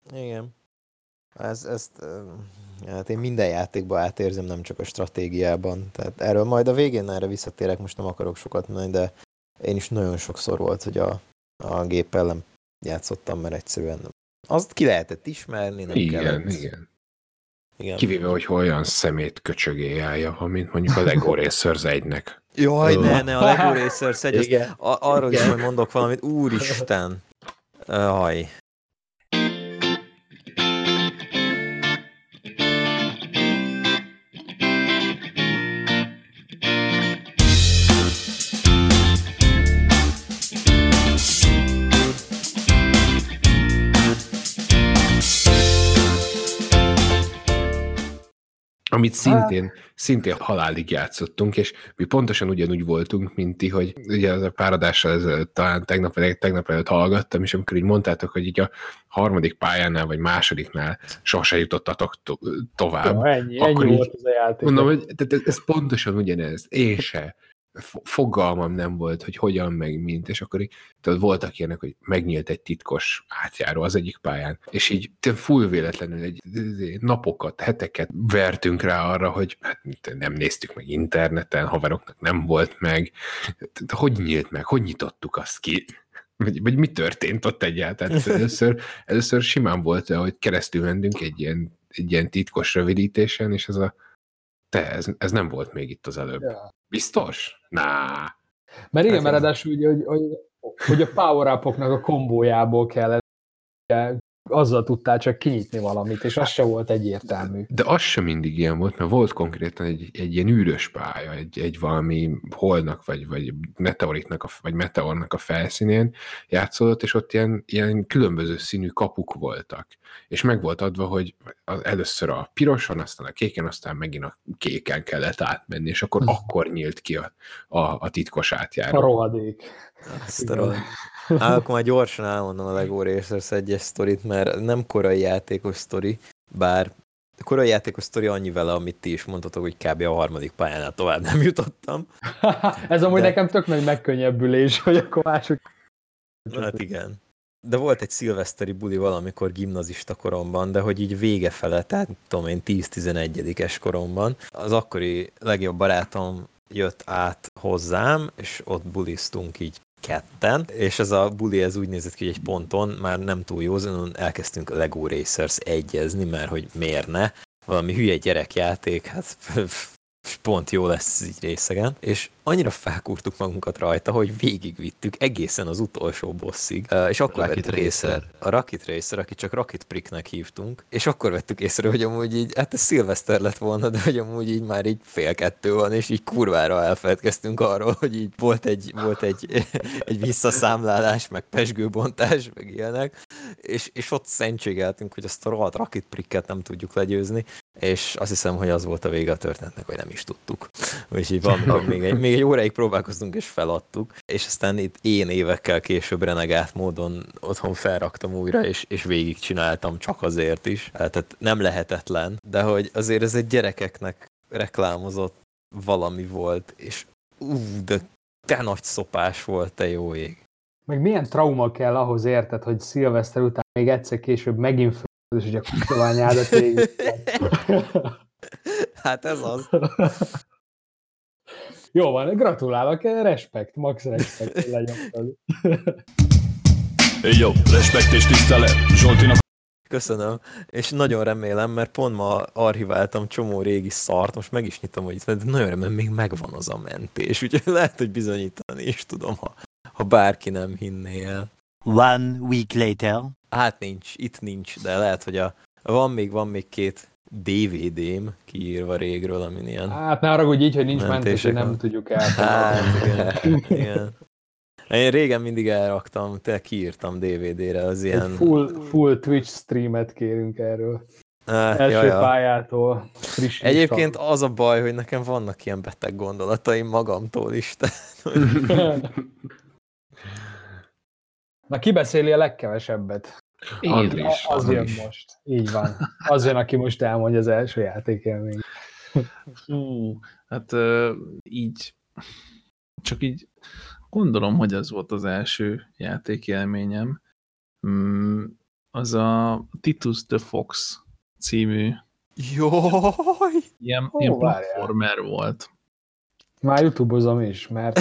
Igen. Hát én minden játékban átérzem, nem csak a stratégiában. Tehát erről majd a végén erre visszatérek, most nem akarok sokat mondani, de én is nagyon sokszor volt, hogy a géppel nem játszottam, mert egyszerűen nem. Azt ki lehetett ismerni, nem kellett. Igen. Kivéve, hogy olyan szemét köcsögéjája, mint mondjuk a Lego Racers 1-nek. Jaj, ne, a Lego Racers 1, arról is majd mondok valamit, úristen. Jaj. Amit szintén halálig játszottunk, és mi pontosan ugyanúgy voltunk, mint ti, hogy ugye az a pár adással ezelőtt, talán tegnap előtt hallgattam, és amikor így mondtátok, hogy így a harmadik pályánál, vagy másodiknál sose jutottatok tovább. Ja, ennyi volt ez a játék. Mondom, hogy ez pontosan ugyanez. Én se. Fogalmam nem volt, hogy hogyan, meg mint, és akkor így, voltak ilyenek, hogy megnyílt egy titkos átjáró az egyik pályán, és így full véletlenül egy napokat, heteket vertünk rá arra, hogy hát nem néztük meg interneten, haveroknak nem volt meg, hogy nyílt meg, hogy nyitottuk azt ki, vagy mi történt ott egyáltalán. Először simán volt, hogy keresztül mentünk egy ilyen titkos rövidítésen, és ez nem volt még itt az előbb. Ja. Biztos? Mert igen, mert ráadásul ugye, hogy a power-upoknak a kombójából kellett, azzal tudtál csak kinyitni valamit, és az se volt egyértelmű. De az sem mindig ilyen volt, mert volt konkrétan egy ilyen űrös pálya, egy valami holnak, vagy meteoritnak, vagy meteornak a felszínén játszódott, és ott ilyen különböző színű kapuk voltak. És meg volt adva, hogy először a piroson, aztán a kéken, aztán megint a kéken kellett átmenni, és akkor nyílt ki a titkos átjáró. A rohadék. Akkor már gyorsan elmondom a Lego Racers 1-es sztorit, mert nem korai játékos sztori, bár a korai játékos sztori annyi vele, amit ti is mondtatok, hogy kb. A harmadik pályánál tovább nem jutottam. Ez amúgy nekem tök nagy megkönnyebbülés, hogy akkor mások... Hát igen. De volt egy szilveszteri buli valamikor gimnazista koromban, de hogy így vége fele, tehát tudom én 10-11-es koromban, az akkori legjobb barátom jött át hozzám, és ott buliztunk így ketten, és ez a buli ez úgy nézett ki, hogy egy ponton már nem túl józanon elkezdtünk a Lego Racers egyezni, mert hogy miért ne, valami hülye gyerekjáték, hát pont jó lesz így részegen, és annyira felkúrtuk magunkat rajta, hogy végigvittük egészen az utolsó bosszig, és akkor vettük észre a Rocket Racer, akit csak Rocket Pricknek hívtunk, és akkor vettük észre, hogy amúgy így, hát ez szilveszter lett volna, de hogy amúgy így már így 1:30 van, és így kurvára elfeledkeztünk arról, hogy így volt egy visszaszámlálás, meg pezsgőbontás, meg ilyenek, és ott szentségeltünk, hogy azt a rohadt Rocket Pricket nem tudjuk legyőzni, és azt hiszem, hogy az volt a vége a történetnek, hogy nem is tudtuk. És így valamikor még egy óráig próbálkoztunk, és feladtuk, és aztán itt én évekkel később renegált módon otthon felraktam újra, és végigcsináltam csak azért is. Tehát nem lehetetlen, de hogy azért ez egy gyerekeknek reklámozott valami volt, és de te nagy szopás volt, te jó ég. Meg milyen trauma kell ahhoz, érted, hogy szilveszter után még egyszer később megint és hogy a kusztoványádat végig. Hát ez az. Jó van, gratulálok, respekt, max respekt, lenyomtad. Jó, respekt és tisztelet, Zsoltinak. Köszönöm, és nagyon remélem, mert pont ma archiváltam csomó régi szart, most meg is nyitom, hogy itt, de nagyon remélem, még megvan az a mentés, úgyhogy lehet, hogy bizonyítani is tudom, ha bárki nem hinné el. 1 week later. Hát itt nincs, de lehet, hogy van még 2 DVD-m kiírva régről, amin ilyen... Hát ne haragudj így, hogy nincs mentés, hogy nem tudjuk el. Hát igen. Én régen mindig elraktam, kiírtam DVD-re az ilyen... Full Twitch streamet kérünk erről. Első pályától friss. Egyébként az a baj, hogy nekem vannak ilyen beteg gondolataim magamtól is. Na, ki beszéli a legkevesebbet? Andris. Az jön most. Így van. Az jön, aki most elmondja az első játékélményt. Hát így csak így gondolom, hogy ez volt az első játékélményem. az a Titus the Fox című Jaj! ilyen várjál. platformer volt. Már YouTube-ozom is, mert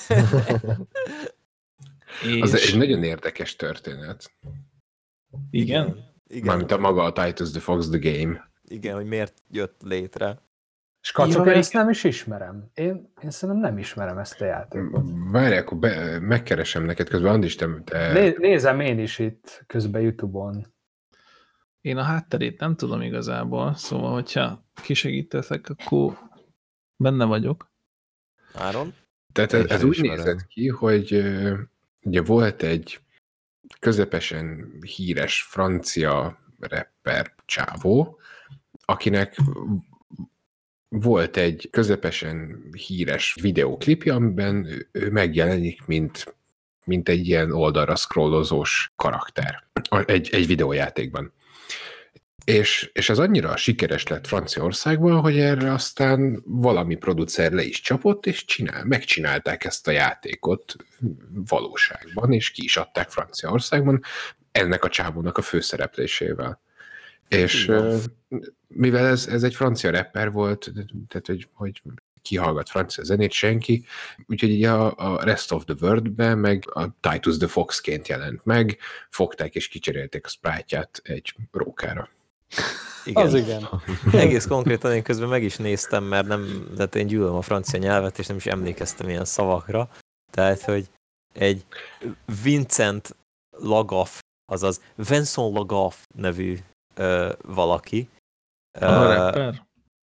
Az És egy nagyon érdekes történet. igen? Mármint a maga a Titus the Fox the Game. Igen, hogy miért jött létre. és kacok, Ja, én ezt igen. nem is ismerem. Én szerintem nem ismerem ezt a játékot. Várj, akkor megkeresem neked közben, Andis, te... Nézem én is itt közben YouTube-on. Én a hátterét nem tudom igazából, szóval, hogyha kisegítetek, akkor benne vagyok. Áron? Tehát Én ez sem úgy ismerem. nézett ki, hogy ugye volt egy közepesen híres francia rapper csávó, akinek volt egy közepesen híres videóklipje, amiben ő megjelenik, mint egy ilyen oldalra scrollozós karakter egy videójátékban. És ez annyira sikeres lett Franciaországban, hogy erre aztán valami producer le is csapott, és megcsinálták ezt a játékot valóságban, és ki is adták Franciaországban ennek a csávónak a főszereplésével. És mivel ez egy francia rapper volt, tehát hogy kihallgat francia zenét senki, úgyhogy így a Rest of the World-ben meg a Titus the Fox-ként jelent meg, fogták és kicserélték a sprite-ját egy rókára. Igen. Az igen. Egész konkrétan én közben meg is néztem, mert nem, tehát én gyűlölöm a francia nyelvet, és nem is emlékeztem ilyen szavakra. Tehát, hogy egy Vincent Lagaffe, azaz Vincent Lagaffe nevű valaki. A rapper?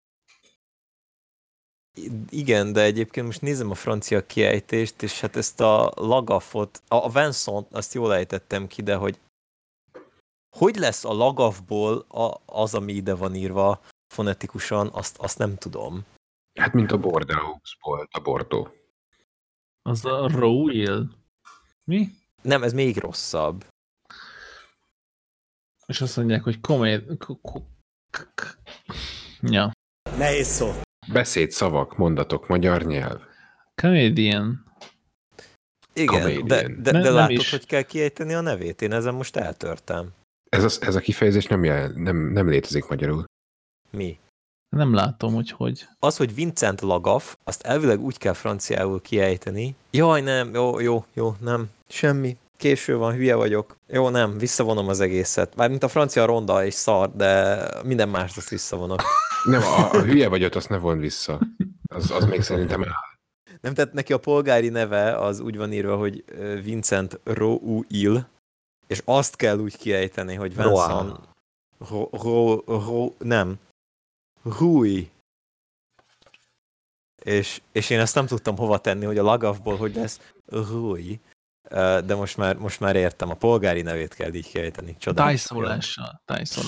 Igen, de egyébként most nézem a francia kiejtést, és hát ezt a Lagaffot, a Vincent, azt jól ejtettem ki, de hogy lesz a Lagaffból az, ami ide van írva fonetikusan, azt nem tudom. Hát, mint a Bordeaux-ból, a Bordeaux. Az a Rowill. Mi? Nem, ez még rosszabb. És azt mondják, hogy Ja. Nehéz szó. Beszédszavak, mondatok, magyar nyelv. Comedian. Igen, Comedian. de Nem látod, is. hogy kell kiejteni a nevét? Én ezen most eltörtem. Ez a kifejezés nem létezik magyarul. Mi? Nem látom, hogy. Az, hogy Vincent Lagaffe, azt elvileg úgy kell franciául kiejteni. Jaj, nem, jó, nem, semmi. Késő van, hülye vagyok. Jó, nem, visszavonom az egészet. Mármint a francia ronda és szar, de minden mást azt visszavonok. Nem, a hülye vagyot, azt ne von vissza. Az még szerintem áll. Nem, tehát neki a polgári neve az úgy van írva, hogy Vincent Rouil, és azt kell úgy kiejteni, hogy Vincent nem. Rouil. És én ezt nem tudtam hova tenni, hogy a Lagaffból hogy lesz Rouil. De most már értem, a polgári nevét kell így kiejteni. Tájszólással.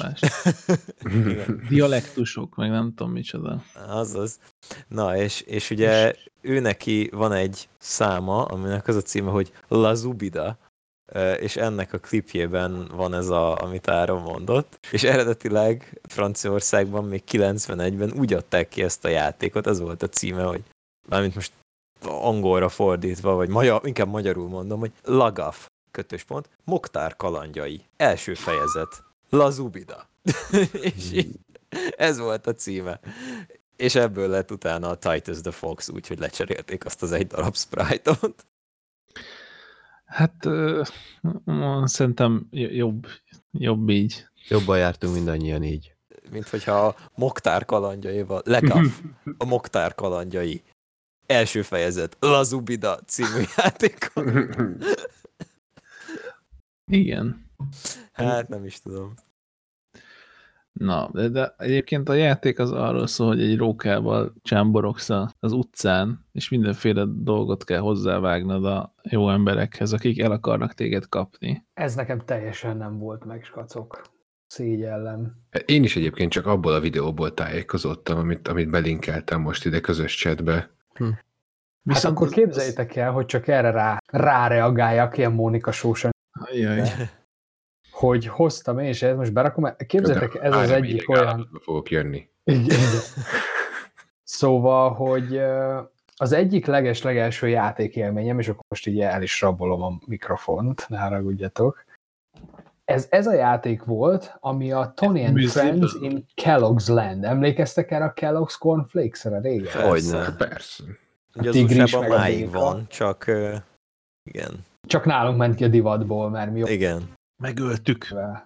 Dialektusok, meg nem tudom micsoda. Azaz. Na, és ugye ő neki van egy száma, aminek az a címe, hogy La Zubida, és ennek a klipjében van ez, amit Áron mondott, és eredetileg Franciaországban még 91-ben úgy adták ki ezt a játékot, ez volt a címe, hogy mármint most angolra fordítva, vagy inkább magyarul mondom, hogy Lagaffe, Moktár kalandjai, első fejezet, La Zubida. És így, ez volt a címe. És ebből lett utána a Titus the Fox, úgyhogy lecserélték azt az egy darab sprite-ot. Hát szerintem jobb így. Jobban jártunk mindannyian így. Mint hogyha a Moktár kalandjaival, Lagaffe, a Moktár kalandjai, első fejezet, La Zubida című játékon. Igen. Hát nem is tudom. Na, de egyébként a játék az arról szól, hogy egy rókával csámborogsz az utcán, és mindenféle dolgot kell hozzávágnod a jó emberekhez, akik el akarnak téged kapni. Ez nekem teljesen nem volt meg, skacok. Szégyellem. Én is egyébként csak abból a videóból tájékozottam, amit belinkeltem most ide közös chatbe. Hát akkor képzeljétek el, hogy csak erre ráreagáljak ilyen Mónika Sósan, Ajaj. hogy hoztam én, és ezt most berakom. Képzeljétek, ez az egyik olyan... Fogok jönni. Igen. Szóval, hogy az egyik legelső játékélményem, és akkor most így el is rabolom a mikrofont, ne haragudjatok, Ez a játék volt, ami a Tony and Friends in Kellogg's Land. Emlékeztek erre a Kellogg's Cornflakes-re régen? Persze. Persze. Ugye az tigris USA-ban meg a máig béka. van, csak igen. Csak nálunk ment ki a divatból, mert mi Igen. Megöltük.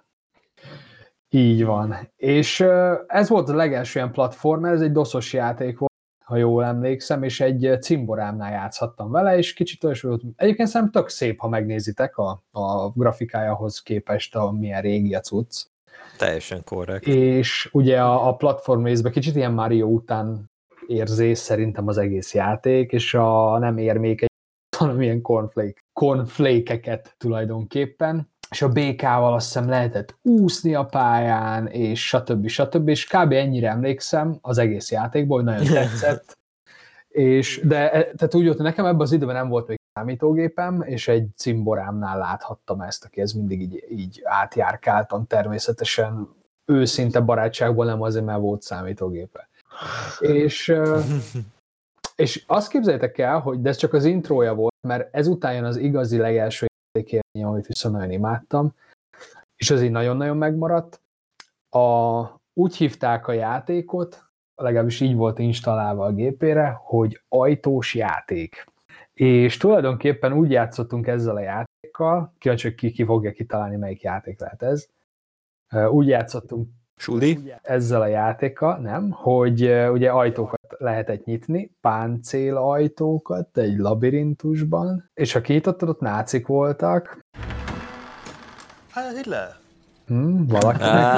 Így van. És ez volt a legelső ilyen platformer, ez egy DOS-os játék volt, ha jól emlékszem, és egy cimborámnál játszhattam vele, és kicsit olyas volt. Egyébként szerintem tök szép, ha megnézitek a grafikájához képest, milyen régi a cucc. Teljesen korrekt. És ugye a platform részben kicsit ilyen Mario után érzés szerintem az egész játék, és nem ér még hanem ilyen cornflake-eket tulajdonképpen, és a békával azt hiszem lehetett úszni a pályán, és stb. És kb. Ennyire emlékszem az egész játékból, hogy nagyon tetszett. Tehát úgy volt, hogy nekem ebben az időben nem volt még számítógépem, és egy cimborámnál láthattam ezt, aki ez mindig így átjárkáltam, természetesen őszinte barátságból, nem azért, mert volt számítógépe. És azt képzeljétek el, hogy de ez csak az intrója volt, mert ezután jön az igazi legelső játékélmény, amit viszont nagyon imádtam, és az így nagyon-nagyon megmaradt. Úgy hívták a játékot, legalábbis így volt installálva a gépére, hogy ajtós játék. És tulajdonképpen úgy játszottunk ezzel a játékkal, kíváncsi, hogy ki fogja kitalálni, melyik játék lehet ez. Úgy játszottunk Suli? ezzel a játékkal, nem, hogy ugye ajtókat lehetett nyitni, páncél-ajtókat egy labirintusban, és ha kinyitottad, ott nácik voltak. Hitler. Valakinek.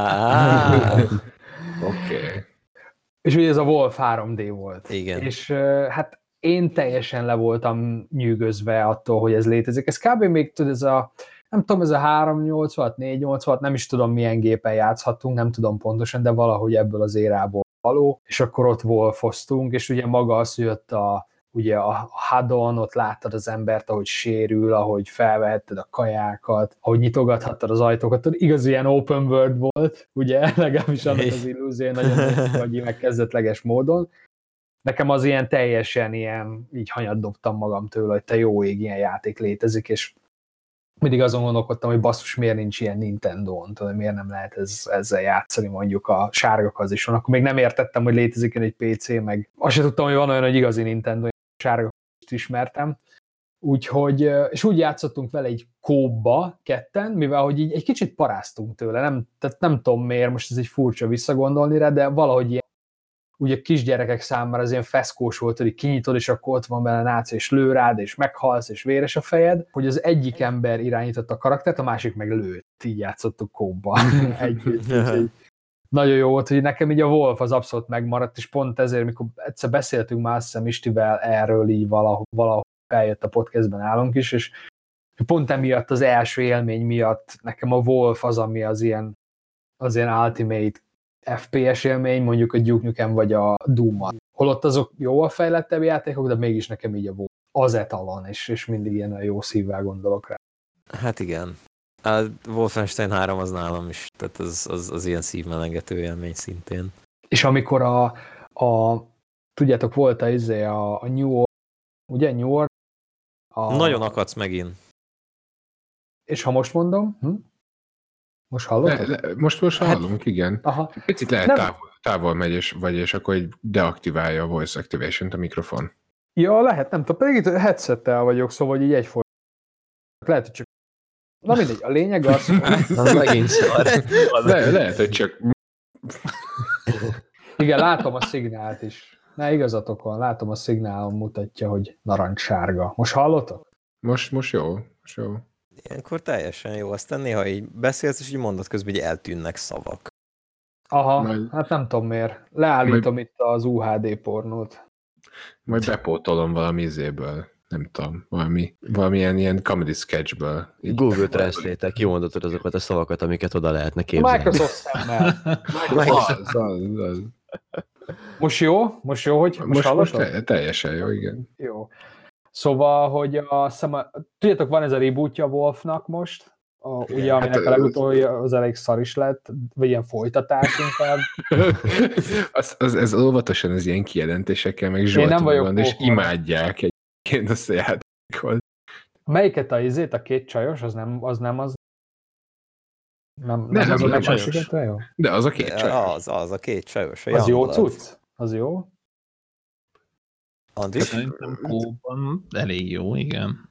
Oké. És ugye ez a Wolf 3D volt. Igen. És hát én teljesen le voltam nyűgözve attól, hogy ez létezik. Ez kb. Még tudod, nem tudom, ez a 386, 486, nem is tudom milyen gépen játszhattunk, nem tudom pontosan, de valahogy ebből az érából való, és akkor ott wolfoztunk, és ugye maga az, hogy jött ugye a HUD-on, ott láttad az embert, ahogy sérül, ahogy felvehetted a kajákat, ahogy nyitogathattad az ajtókat, igaz ilyen open world volt, ugye, legalábbis annak az illúzió, nagyon vagy meg kezdetleges módon. Nekem az ilyen teljesen ilyen, így hanyat dobtam magam tőle, hogy te jó ég, ilyen játék létezik, és mindig azon gondolkodtam, hogy basszus, miért nincs ilyen Nintendo-n, tudod, miért nem lehet ezzel játszani, mondjuk a sárgakaz is van. Akkor még nem értettem, hogy létezik egy PC, meg azt sem tudtam, hogy van olyan, hogy igazi Nintendo, sárgakast ismertem. Úgyhogy, és úgy játszottunk vele egy kóba ketten, mivel hogy így egy kicsit paráztunk tőle, tehát nem tudom miért, most ez egy furcsa visszagondolni rá, de valahogy ilyen, ugye kisgyerekek számára az ilyen feszkós volt, hogy kinyitod, és akkor ott van benne náci, és lő rád, és meghalsz, és véres a fejed, hogy az egyik ember irányította a karaktert, a másik meg lőtt. Így játszottuk kóba együtt. Nagyon jó volt, hogy nekem így a Wolf az abszolút megmaradt, és pont ezért, mikor egyszer beszéltünk már, azt hiszem Istivel erről így valahol feljött a podcastben állunk is, és pont emiatt az első élmény miatt nekem a Wolf az, ami az ilyen ultimate FPS élmény, mondjuk a Duke Nukem vagy a Doom-at. Holott azok jóval fejlettebb játékok, de mégis nekem így a Wolf az etalon, és mindig ilyen a jó szívvel gondolok rá. Hát igen. A Wolfenstein 3 az nálam is, tehát az ilyen szívmelengető élmény szintén. És amikor tudjátok, volt a New Order, ugye New Order? Nagyon akadsz megint. És ha most mondom? Most hallotod? Most hallunk, igen. Aha. Picit lehet távol megy, és akkor így deaktiválja a voice activation-t a mikrofon. Ja, lehet, nem tudom. Pedig itt headsettel vagyok, szóval így egyformán. Lehet, hogy csak... Na mindegy, a lényeg az... Megint szar. Lehet, hogy csak... Igen, látom a szignált is. Ne, igazatok van, látom a szignálon mutatja, hogy narancssárga. Most hallotok? Most jó. Ilyenkor teljesen jó. Aztán néha így beszélsz, és így mondat közben, hogy eltűnnek szavak. Aha, hát nem tudom miért. Leállítom itt az UHD pornót. Majd bepótolom valami izéből. Nem tudom, valamilyen ilyen comedy sketchből. Google Translate-tel kimondatod azokat a szavakat, amiket oda lehetne képzelni. Microsoft szemmel. Az. Most jó, hogy most teljesen jó, igen. Jó. Szóval, hogy tudjátok, van ez a rebootja Wolfnak most, ugye, aminek a legutóbbi az elég szar is lett, vagy ilyen folytatás inkább. Ez óvatosan az ilyen kijelentésekkel, meg Zsolton van, és imádják egyébként azt a játékot. Melyiket a két csajos, az nem az Nem Nem, az a nem Meccsen-szigetre, jó? De az a két csajos. Az a két csajos. A Az jó Youngblood. cucc? Az jó? Andris? Szerintem kóban elég jó, igen.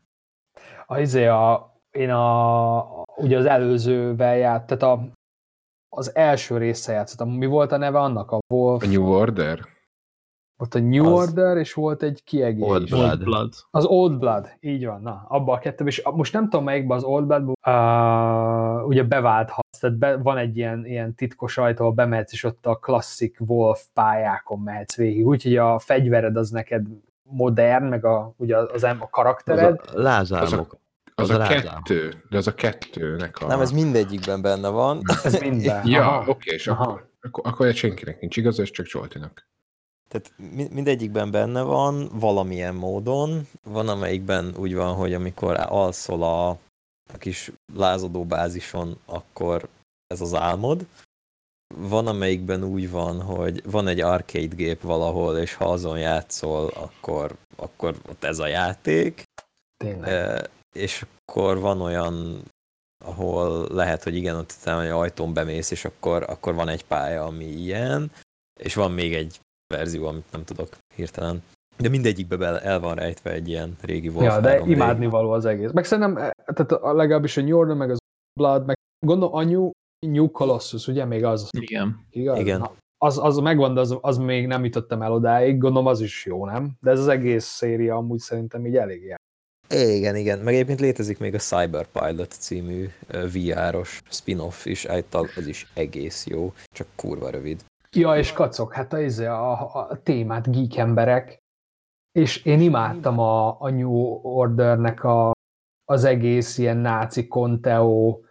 Ugye az előzővel tehát az első része játszottam. Mi volt a neve annak? A Wolf? A New Order? Ott a New Az. Order, és volt egy kiegészítés. Old Blood. Old Blood. Az Old Blood, így van, na, abban a kettőben, és most nem tudom melyikben az Old Bloodban, ugye beválthatsz, tehát van egy ilyen titkos ajtó, ahol bemehetsz, és ott a klasszik Wolf pályákon mehetsz végig, úgyhogy a fegyvered az neked modern, meg ugye a karaktered. Az a lázálmok. Az Az a a kettő, de az a kettőnek a... Nem, ez mindegyikben benne van. Ez minden. Ja, Aha. oké, és Aha. akkor ez senkinek nincs igaz, ez csak Zsoltinak. Tehát mindegyikben benne van, valamilyen módon. Van, amelyikben úgy van, hogy amikor alszol a kis lázadó bázison, akkor ez az álmod. Van, amelyikben úgy van, hogy van egy arcade gép valahol, és ha azon játszol, akkor ott ez a játék. Tényleg. És akkor van olyan, ahol lehet, hogy igen, ott egy ajtón bemész, és akkor van egy pálya, ami ilyen, és van még egy verzió, amit nem tudok hirtelen. De mindegyikbe el van rejtve egy ilyen régi Wolf. Ja, de 3D. imádnivaló az egész. Meg szerintem, tehát legalábbis a New Order, meg az Blood, meg gondolom a New Colossus, ugye még az? Igen. Igaz? Igen. Na, az megvan, de az még nem jutottam el odáig, gondolom az is jó, nem? De ez az egész széria amúgy szerintem így elég jár. Igen. Meg egyébként létezik még a Cyberpilot című VR-os spin-off is, által az is egész jó, csak kurva rövid. Ja, és kacok, hát a témát geek emberek, és én imádtam a New Ordernek az egész ilyen náci Conteo,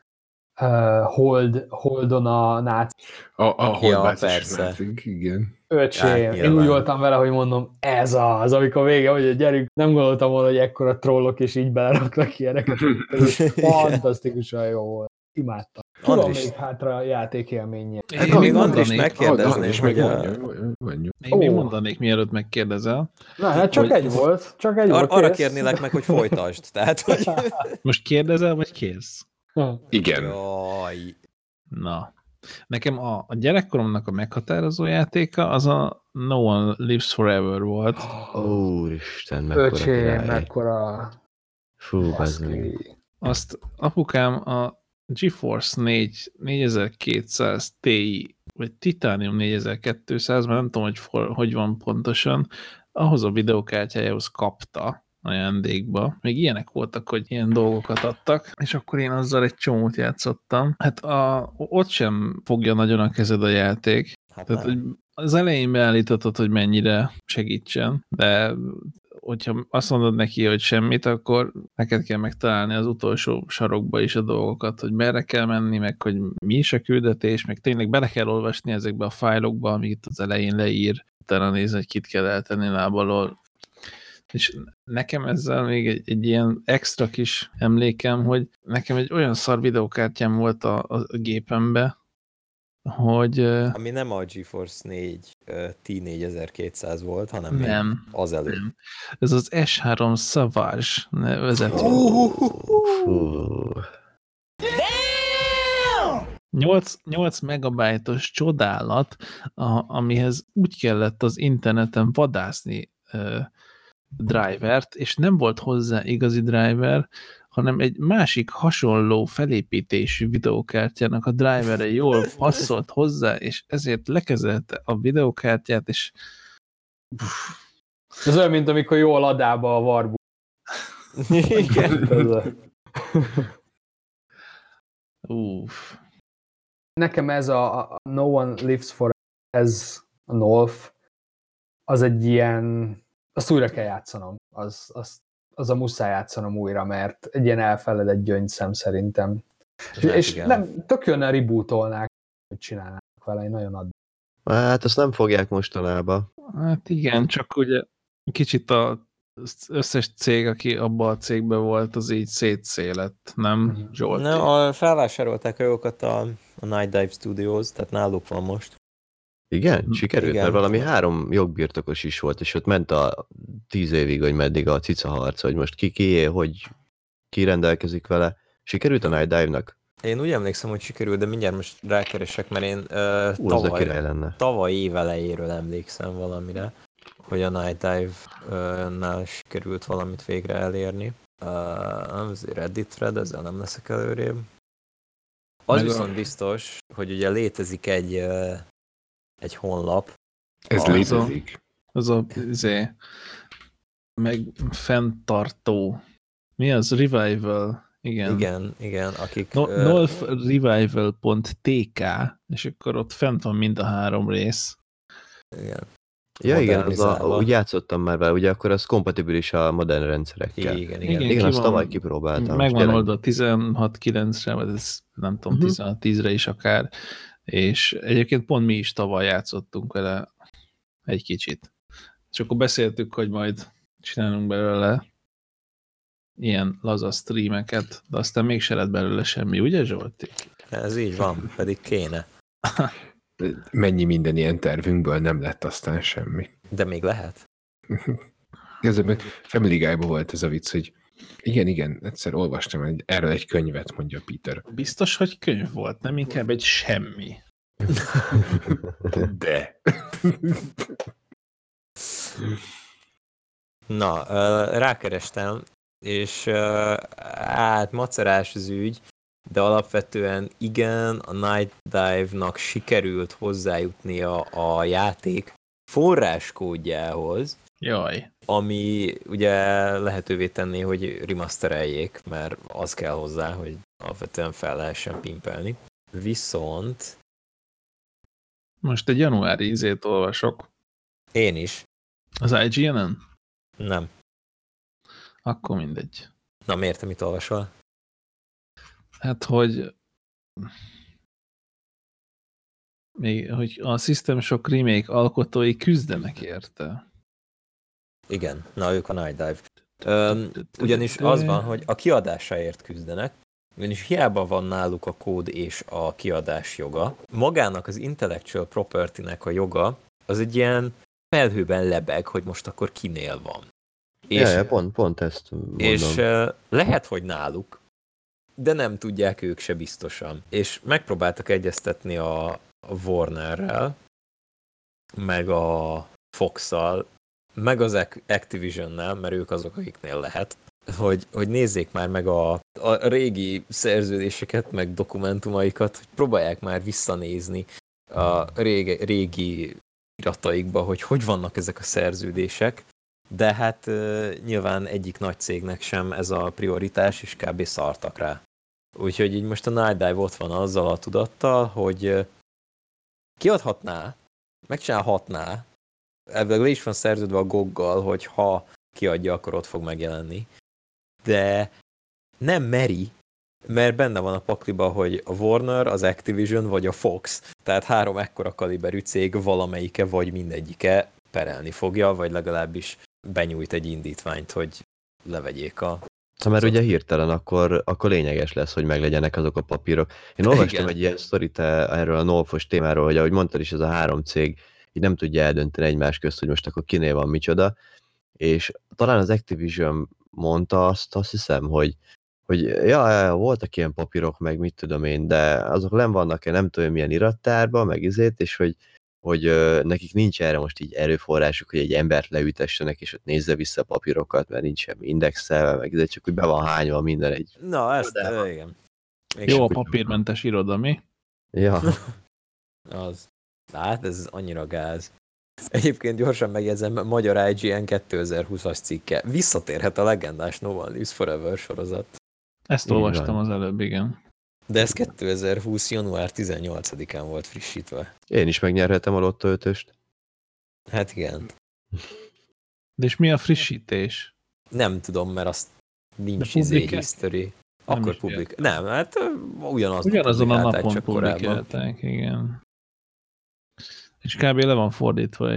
Holdon a náci A holdbácos persze. nácik, igen. öcsém. Én nyilván. úgy voltam vele, hogy mondom, ez az, amikor vége, hogy gyerünk, nem gondoltam volna, hogy ekkora trollok, és így beleraknak ilyeneket. Ez fantasztikusan jó volt. Imádtam. Tudom Andris. még hátra a játékélménye. Én még Andris megkérdezném, és hogy mondjuk. Én még Ó. mondanék, mielőtt megkérdezel. Na, hát csak Hogy- egy volt. Csak egy volt. arra kész. kérnélek meg, hogy folytasd. Tehát, hogy... Most kérdezel, vagy kérsz? Igen. Jaj. Na. Nekem a gyerekkoromnak a meghatározó játéka az a No One Lives Forever volt. Úristen, mekkora Öcsém, király. mekkora... Fú, bazd meg. baszki. Azt apukám a GeForce 4 4200 Ti, vagy Titanium 4200, mert nem tudom, hogy van pontosan, ahhoz a videókártyájához kapta ajándékba. Még ilyenek voltak, hogy ilyen dolgokat adtak, és akkor én azzal egy csomót játszottam. Hát ott sem fogja nagyon a kezed a játék. Hát Tehát, nem. hogy az elején beállítottad, hogy mennyire segítsen, de hogyha azt mondod neki, hogy semmit, akkor neked kell megtalálni az utolsó sarokba is a dolgokat, hogy merre kell menni, meg hogy mi is a küldetés, meg tényleg bele kell olvasni ezekbe a fájlokba, amit az elején leír, utána nézni, hogy kit kell eltenni lábalól. És nekem ezzel még egy ilyen extra kis emlékem, hogy nekem egy olyan szar videókártyám volt a gépembe, hogy Ami nem a GeForce 4 T4200 volt, hanem még nem. az előtt. Nem. Ez az S3 Savage nevezetű. Fú. 8 megabájtos csodálat, amihez úgy kellett az interneten vadászni drivert, és nem volt hozzá igazi driver, hanem egy másik hasonló felépítésű videókártyának a drivere jól passzolt hozzá, és ezért lekezelte a videókártyát, és Ez olyan, mint amikor jól adába a varbu. Igen. Nekem ez a No One Lives Forever, ez a NOLF, az egy ilyen, azt újra kell játszanom. Az a muszáj játszanom újra, mert egy ilyen elfeledett gyöngyszem szerintem. És nem, tök jön a rebootolnák, hogy csinálnák vele, én nagyon adom. Hát azt nem fogják mostanában. Hát igen, csak ugye kicsit az összes cég, aki abban a cégben volt, az így szétszélett, nem, Zsolti? Nem, felvásárolták a jogokat a Night Dive Studios, tehát náluk van most. Igen? Sikerült? Igen. Mert valami 3 jogbirtokos is volt, és ott ment a 10 évig, hogy meddig a cica harca, hogy most ki hogy ki rendelkezik vele. Sikerült a Night Dive-nak? Én úgy emlékszem, hogy sikerült, de mindjárt most rákeresek, mert én Az a király lenne. tavaly év elejéről emlékszem valamire, hogy a Night Dive-nál sikerült valamit végre elérni. Azért Reddit thread, ezzel nem leszek előrébb. Az viszont biztos, hogy ugye létezik egy honlap. Ez létezik. Az a meg fenntartó. Mi az? Revival. Igen, akik... Nolfrevival.tk, és akkor ott fent van mind a 3 rész. Igen. Ja igen, úgy játszottam már vele, ugye akkor az kompatibilis a modern rendszerekkel. Igen, azt tavaly kipróbáltam. Megvan oldva 16.9-re, vagy ez nem tudom, 16.10-re is akár, és egyébként pont mi is tavaly játszottunk vele egy kicsit. És akkor beszéltük, hogy majd csinálunk belőle ilyen laza streameket, de aztán mégse lett belőle semmi, ugye Zsolti? Ez így van, pedig kéne. Mennyi minden ilyen tervünkből nem lett aztán semmi. De még lehet. Igazából Family Guy-ban volt ez a vicc, hogy igen, egyszer olvastam erről egy könyvet, mondja Peter. Biztos, hogy könyv volt, nem inkább egy semmi. De. Na, rákerestem, és hát macerás az ügy, de alapvetően igen, a Night Dive-nak sikerült hozzájutnia a játék forráskódjához, Jaj. ami ugye lehetővé tenné, hogy remastereljék, mert az kell hozzá, hogy alapvetően fel lehessen pimpelni. Viszont... Most egy januári izét olvasok. Én is. Az IGN-en? Nem. Akkor mindegy. Na miért te mit olvasol? Hát, hogy a System Shock remake alkotói küzdenek érte. Igen, na ők a Night Dive. Ugyanis az van, hogy a kiadásáért küzdenek, ugyanis hiába van náluk a kód és a kiadás joga. Magának az intellectual property-nek a joga az egy ilyen felhőben lebeg, hogy most akkor kinél van. És, pont ezt mondom. És lehet, hogy náluk, de nem tudják ők se biztosan. És megpróbáltak egyeztetni a Warnerrel, meg a Fox-szal, meg az Activisionnel, mert ők azok, akiknél lehet, hogy nézzék már meg a régi szerződéseket, meg dokumentumaikat, hogy próbálják már visszanézni a régi irataikba, hogy vannak ezek a szerződések, de hát nyilván egyik nagy cégnek sem ez a prioritás, és kb. Szartak rá. Úgyhogy így most a Night Dive ott van azzal a tudattal, hogy kiadhatná, megcsinálhatná, elvileg le is van szerződve a GOG-gal, hogy ha kiadja, akkor ott fog megjelenni. De nem meri, mert benne van a pakliba, hogy a Warner, az Activision vagy a Fox, tehát 3 ekkora kaliberű cég valamelyike vagy mindegyike perelni fogja, vagy legalábbis benyújt egy indítványt, hogy levegyék a... Mert ugye hirtelen akkor lényeges lesz, hogy meglegyenek azok a papírok. Én olvastam egy ilyen sztorit erről a Nolfos témáról, hogy ahogy mondtad is, ez a 3 cég így nem tudja eldönteni egymás közt, hogy most akkor kinél van micsoda, és talán az Activision mondta azt hiszem, hogy ja, voltak ilyen papírok, meg mit tudom én, de azok nem vannak-e nem tudom milyen irattárban, meg és hogy nekik nincs erre most így erőforrásuk, hogy egy embert leütessenek, és ott nézze vissza a papírokat, mert nincs semmi indexelve, meg csak úgy be van hányva minden egy... Na, ezt, igen. Jó a papírmentes iroda, mi? Ja. Az. Hát ez annyira gáz. Egyébként gyorsan megjegyzem, magyar IGN 2020-as cikke. Visszatérhet a legendás No One Lives Forever sorozat. Ezt olvastam az előbb, igen. De ez 2020. január 18-án volt frissítve. Én is megnyerhetem a Lotto 5-öst. Hát igen. De és mi a frissítés? Nem tudom, mert azt nincs history. Akkor Nem, hát ugyanazon a napon publikálták, igen. És kb. Le van fordítva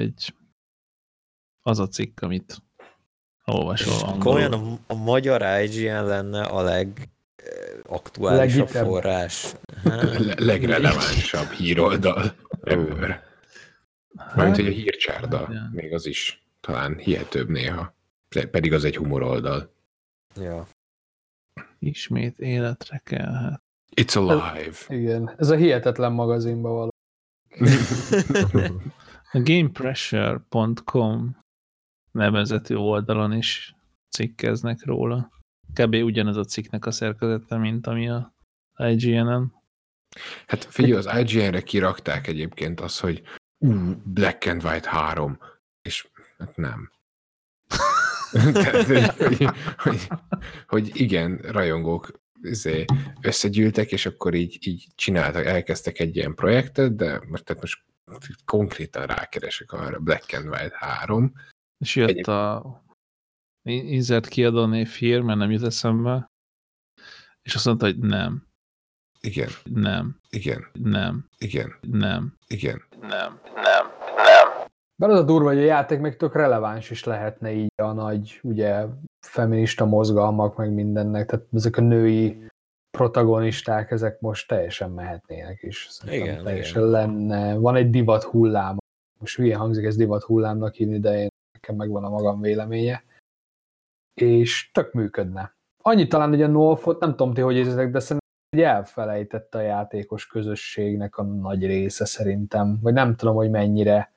az a cikk, amit olvasol angolul. Olyan a magyar IGN lenne a legaktuálisabb forrás. Legrelevánsabb híroldal ever. Mármint, hogy a hírcsárda, még az is talán hihetőbb néha. Pedig az egy humoroldal. Ja. Ismét életre kell. It's alive. Igen, ez a hihetetlen magazinban való. A gamepressure.com nevezetű oldalon is cikkeznek róla. Kb. Ugyanez a cikknek a szerkezete, mint ami a IGN-en. Hát figyelj, az IGN-re kirakták egyébként azt, hogy Black and White 3, és hát nem. Tehát, hogy igen, rajongók összegyűltek, és akkor így csináltak, elkezdtek egy ilyen projektet, de most konkrétan rákeresek arra, Black and White 3. És jött a Insert kiadó név here, mert nem jut eszembe, és azt mondta, hogy nem. Igen. Nem. Igen. Nem. Igen. Nem. Igen. Nem. Bár az a durva, hogy a játék még tök releváns is lehetne így a nagy, ugye, feminista mozgalmak, meg mindennek, tehát ezek a női protagonisták, ezek most teljesen mehetnének is. Szerintem Igen, teljesen lenne. Van egy divat hullám. Most hülye hangzik ez divat hullámnak hívni, de én nekem megvan a magam véleménye. És tök működne. Annyi talán, hogy a Northot, nem tudom ti, hogy érzitek, de szerintem hogy elfelejtette a játékos közösségnek a nagy része szerintem. Vagy nem tudom, hogy mennyire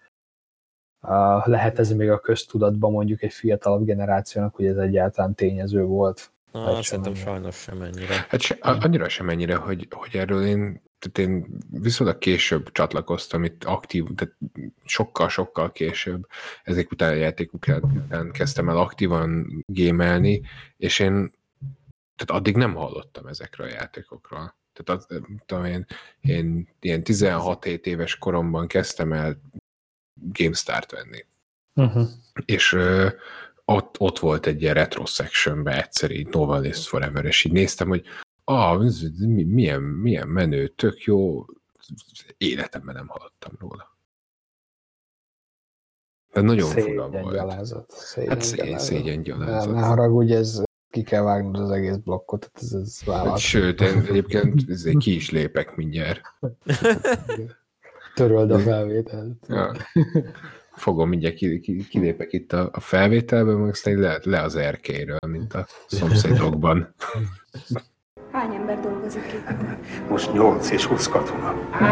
lehet ez még a köztudatban mondjuk egy fiatalabb generációnak, hogy ez egyáltalán tényező volt. Szerintem sajnos sem ennyire. Hát annyira sem ennyire, hogy erről én viszonylag később csatlakoztam itt aktív, tehát sokkal később, ezek után a játék után kezdtem el aktívan gémelni, és én tehát addig nem hallottam ezekről a játékokról. Tehát én ilyen 16-17 éves koromban kezdtem el GameStart venni. Uh-huh. És ott volt egy ilyen retro sectionben egyszer így Nova Lives Forever, és így néztem, hogy milyen menő, tök jó, életemben nem hallottam róla. De nagyon fura volt. Gyalázat. Szégyen gyalázat. Ne haragudj, ez ki kell vágnod az egész blokkot, ez vállalt. Sőt, egyébként ki is lépek mindjárt. Töröld a felvételt. Ja. Fogom, mindjárt kilépek itt a felvételből, meg aztán le az erkélyről, mint a szomszédokban. Hány ember dolgozik itt? Most 8 és 20 katona.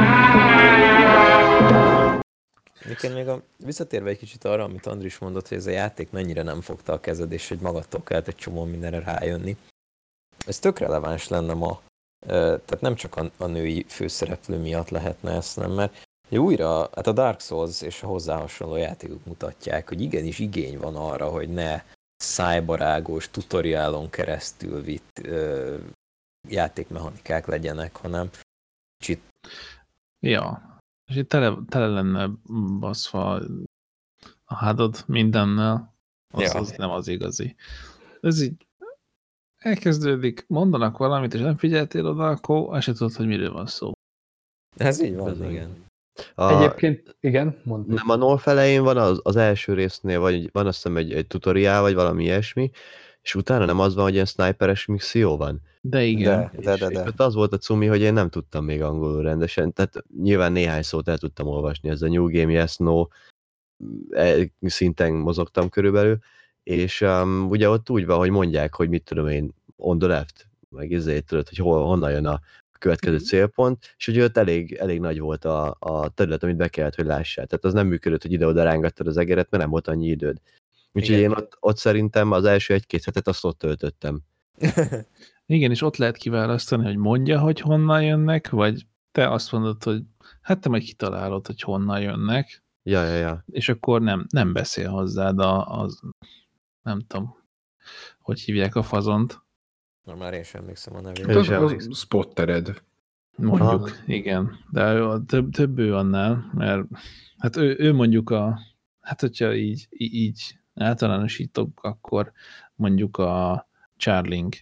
Nekem még visszatérve egy kicsit arra, amit Andris mondott, hogy ez a játék mennyire nem fogta a kezed, és hogy magadtól kellett egy csomó mindenre rájönni. Ez tök releváns lenne ma. Tehát nem csak a női főszereplő miatt lehetne ezt, nem, mert újra, hát a Dark Souls és a hozzá hasonló játékok mutatják, hogy igenis igény van arra, hogy ne szájbarágos, tutoriálon keresztül vitt játékmechanikák legyenek, hanem kicsit... Ja, és itt tele lenne baszva a hádod mindennel, az nem az igazi. Ez így elkezdődik, mondanak valamit, és nem figyeltél oda, akkor azt se tudod, hogy miről van szó. Ez így van, igen. Egyébként, igen, mondd. Nem a North elején van az első résznél, vagy van azt hiszem egy tutoriál, vagy valami ilyesmi, és utána nem az van, hogy ilyen sniperes misszió van. De igen. De. Az volt a cumi, hogy én nem tudtam még angolul rendesen, tehát nyilván néhány szót el tudtam olvasni, ez a New Game Yes No szinten mozogtam körülbelül, és ugye ott úgy van, hogy mondják, hogy mit tudom én, on the left, meg ezért tudod, hogy honnan jön a következő célpont, és ugye ott elég nagy volt a terület, amit be kellett, hogy lássál. Tehát az nem működött, hogy ide-oda rángattad az egeret, mert nem volt annyi időd. Úgyhogy én ott szerintem az első 1-2 hetet azt ott töltöttem. Igen, és ott lehet kiválasztani, hogy mondja, hogy honnan jönnek, vagy te azt mondod, hogy hát te majd kitalálod, hogy honnan jönnek. Ja. És akkor nem beszél hozzád az nem tudom, hogy hívják a fazont. Na, már én sem emlékszem a nevére. Spottered. Mondjuk, igen. De több ő annál, mert hát ő mondjuk hát hogyha így általánosítok, akkor mondjuk a Charling.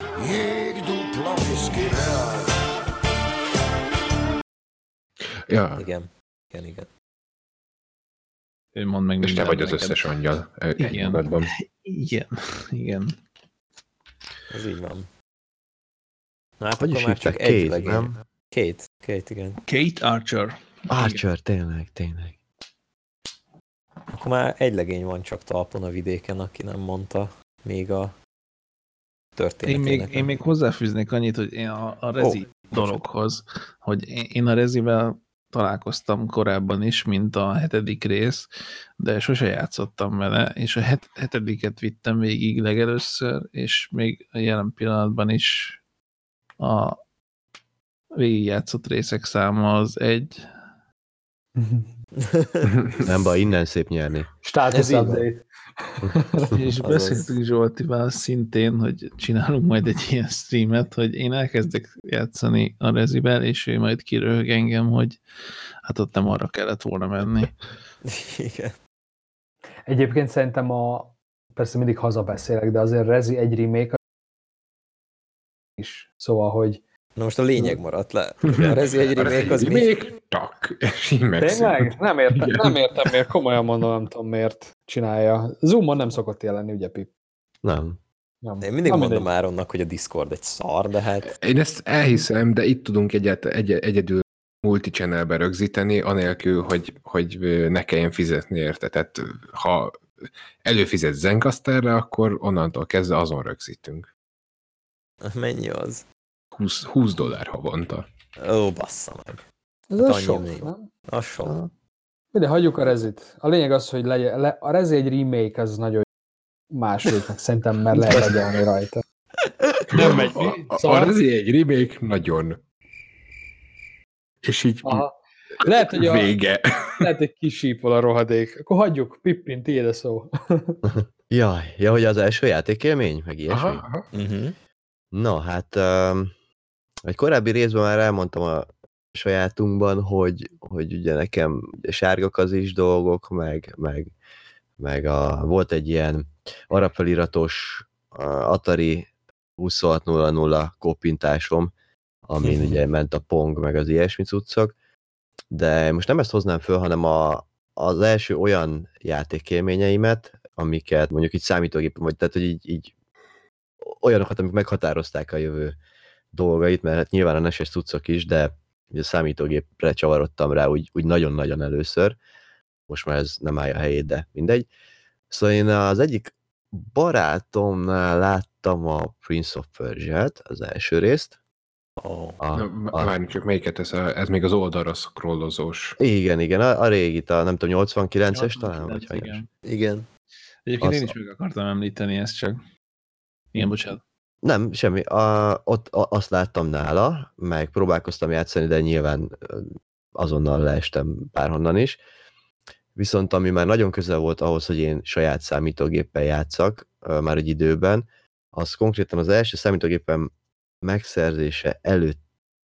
Ja. Igen. Ő mond meg és te vagy az összes angyal. Igen. Ez így van. Na, hát hogy akkor is már csak hívták? egy Kate, legény. nem? Kate, igen. Kate Archer. Archer, tényleg. Akkor már egy legény van csak talpon a vidéken, aki nem mondta még a történetének. Én még hozzáfűznék annyit, hogy én a Rezi dologhoz, hogy én a Rezivel találkoztam korábban is, mint a 7. rész, de sose játszottam vele, és a 7-et vittem végig legelőször, és még a jelen pillanatban is a végigjátszott részek száma az 1. Nem baj, innen szép nyerni. Status update. És beszéltünk Zsoltival szintén, hogy csinálunk majd egy ilyen streamet, hogy én elkezdek játszani a Rezivel, és ő majd kiröhög engem, hogy hát ott nem arra kellett volna menni. Igen. Egyébként szerintem persze mindig hazabeszélek, de azért Rezi egy remake is. Szóval, hogy Na most a lényeg maradt le. A Rezi egy remake az mi? Még tak, és így megszűnt. tényleg? Nem értem miért, komolyan mondom, nem tudom miért csinálja. Zoomon nem szokott jelenni, ugye, Pip? Nem. Nem. Én mindig mondom Áronnak, hogy a Discord egy szar, de hát... Én ezt elhiszem, de itt tudunk egyedül multi-channelbe rögzíteni, anélkül, hogy ne kelljen fizetni érte. Tehát ha előfizetsz Zencasterre, akkor onnantól kezdve azon rögzítünk. Mennyi az? $20 havonta. Ó, bassza meg. Ez Hát az annyi sok, még. nem? Az sok. De hagyjuk a Rezit. A lényeg az, hogy a Rezi egy remake, az nagyon másodiknak szerintem, mert lehet agyalni rajta. Nem megy. A Rezi egy remake nagyon. És így Lehet, hogy vége. lehet, hogy kisípol a rohadék. Akkor hagyjuk, Pippin, tiéd a szó. Jaj, hogy az első játékélmény, meg ilyesmi? Aha. No, hát egy korábbi részben már elmondtam a sajátunkban, hogy ugye nekem sárgakazis dolgok, meg volt egy ilyen arab feliratos Atari 2600 koppintásom, amin ugye ment a Pong, meg az ilyesmi cuccok, de most nem ezt hoznám föl, hanem az első olyan játékélményeimet, amiket mondjuk így számítógépen, vagy tehát, hogy így olyanokat, amik meghatározták a jövő dolgait, mert hát nyilván a NES-es cuccok is, de ugye a számítógépre csavarodtam rá úgy nagyon-nagyon először. Most már ez nem állja a helyét, de mindegy. Szóval én az egyik barátomnál láttam a Prince of Persia-t, az első részt. Várjunk csak, melyiket ez még az oldalra scrollozós. Igen, a régit, nem tudom, 89-es talán? Vagy igen. Egyébként én is meg akartam említeni ezt csak. Igen, bocsánat. Nem, semmi. Ott azt láttam nála, meg próbálkoztam játszani, de nyilván azonnal leestem párhonnan is. Viszont ami már nagyon közel volt ahhoz, hogy én saját számítógéppel játszak, már egy időben, az konkrétan az első számítógépem megszerzése előtt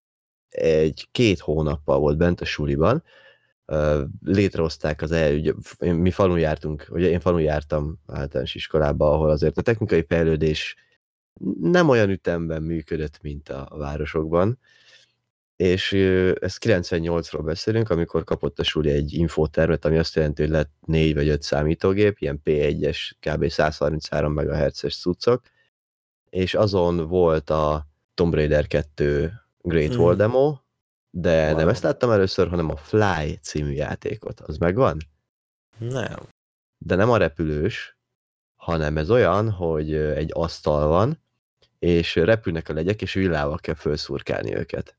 1-2 hónappal volt bent a suliban. Létrehozták ugye mi falun jártunk, ugye én falun jártam általános iskolába, ahol azért a technikai fejlődés nem olyan ütemben működött, mint a városokban, és ezt 98-ról beszélünk, amikor kapott a suli egy infotermet, ami azt jelenti, hogy lett 4 vagy 5 számítógép, ilyen P1-es, kb. 133 MHz-es cuccok, és azon volt a Tomb Raider 2 Great Wall demo, de nem ezt láttam először, hanem a Fly című játékot. Az megvan? Nem. De nem a repülős, hanem ez olyan, hogy egy asztal van, és repülnek a legyek, és villával kell felszurkálni őket.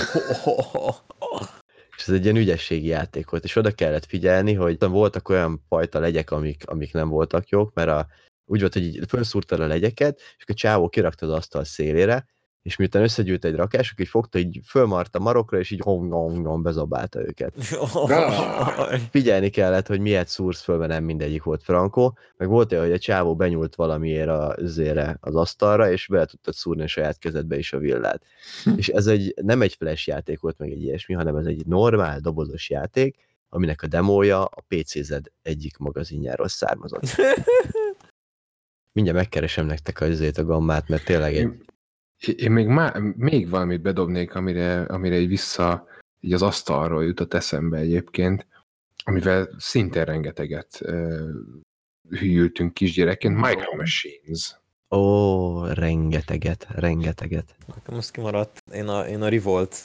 És ez egy ilyen ügyességi játék volt, és oda kellett figyelni, hogy voltak olyan fajta legyek, amik nem voltak jók, mert úgy volt, hogy felszúrtad a legyeket, és a csávó kirakta az asztal szélére, és miután összegyűlt egy rakások, így fogta, így fölmart a marokra, és így bezabálta őket. Figyelni kellett, hogy miért szúrsz föl, mert nem mindegyik volt frankó, meg volt olyan, hogy a csávó benyúlt valamiért az asztalra, és bele tudtad szúrni a saját kezedbe is a villát. És ez nem egy flash játék volt, meg egy ilyesmi, hanem ez egy normál dobozos játék, aminek a demója a PCZ egyik magazinjáról származott. Mindjárt megkeresem nektek a gammát, mert tényleg Én még valamit bedobnék, amire így az asztalról jutott eszembe egyébként, amivel szintén rengeteget hűltünk kisgyerekként, Micro Machines. Ó, rengeteget. Nekem az kimaradt. Én a Revolt.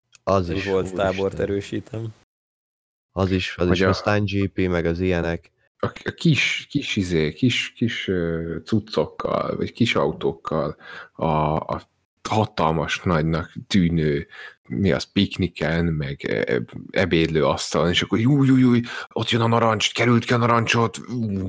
Revolt tábort erősítem. Az is aztán GP, meg az ilyenek. a kis cuccokkal, vagy kis autókkal, a hatalmas nagynak tűnő, mi az, pikniken, meg ebédlő asztalon, és akkor júj, ott jön a narancs, került ki a narancsot.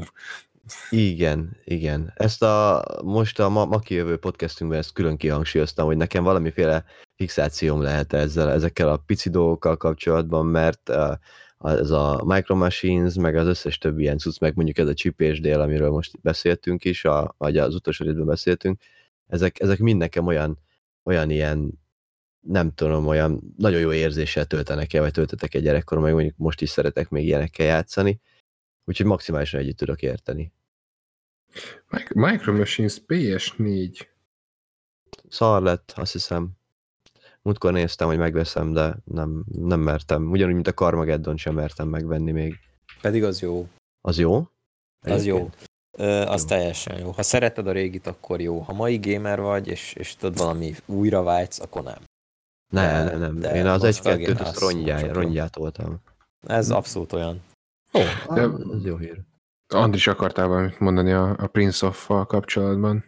Igen. Ezt most a ma kijövő podcastünkben ezt külön kihangsúlyoztam, hogy nekem valamiféle fixációm lehet ezekkel a pici dolgokkal kapcsolatban, mert ez a Micro Machines, meg az összes többi ilyen cucc, meg mondjuk ez a csipésdél, amiről most beszéltünk is, vagy az utolsó részben beszéltünk, ezek mind nekem olyan ilyen, nem tudom, olyan nagyon jó érzéssel töltenek el, vagy töltetek egy gyerekkorom, meg mondjuk most is szeretek még ilyenekkel játszani, úgyhogy maximálisan együtt tudok érteni. Micro Machines PS4. Szar lett, azt hiszem. Múltkor néztem, hogy megveszem, de nem mertem. Ugyanúgy, mint a Carmageddon sem mertem megvenni még. Pedig az jó. Az jó? Az jó. Az teljesen jó. Ha szereted a régit, akkor jó. Ha mai gamer vagy, és tudod valami újra vágysz, akkor nem. Nem. Én az 1-2-t azt rongyát voltam. Ez abszolút olyan. Ez jó hír. Andris, akartál valamit mondani a Prince of-val kapcsolatban?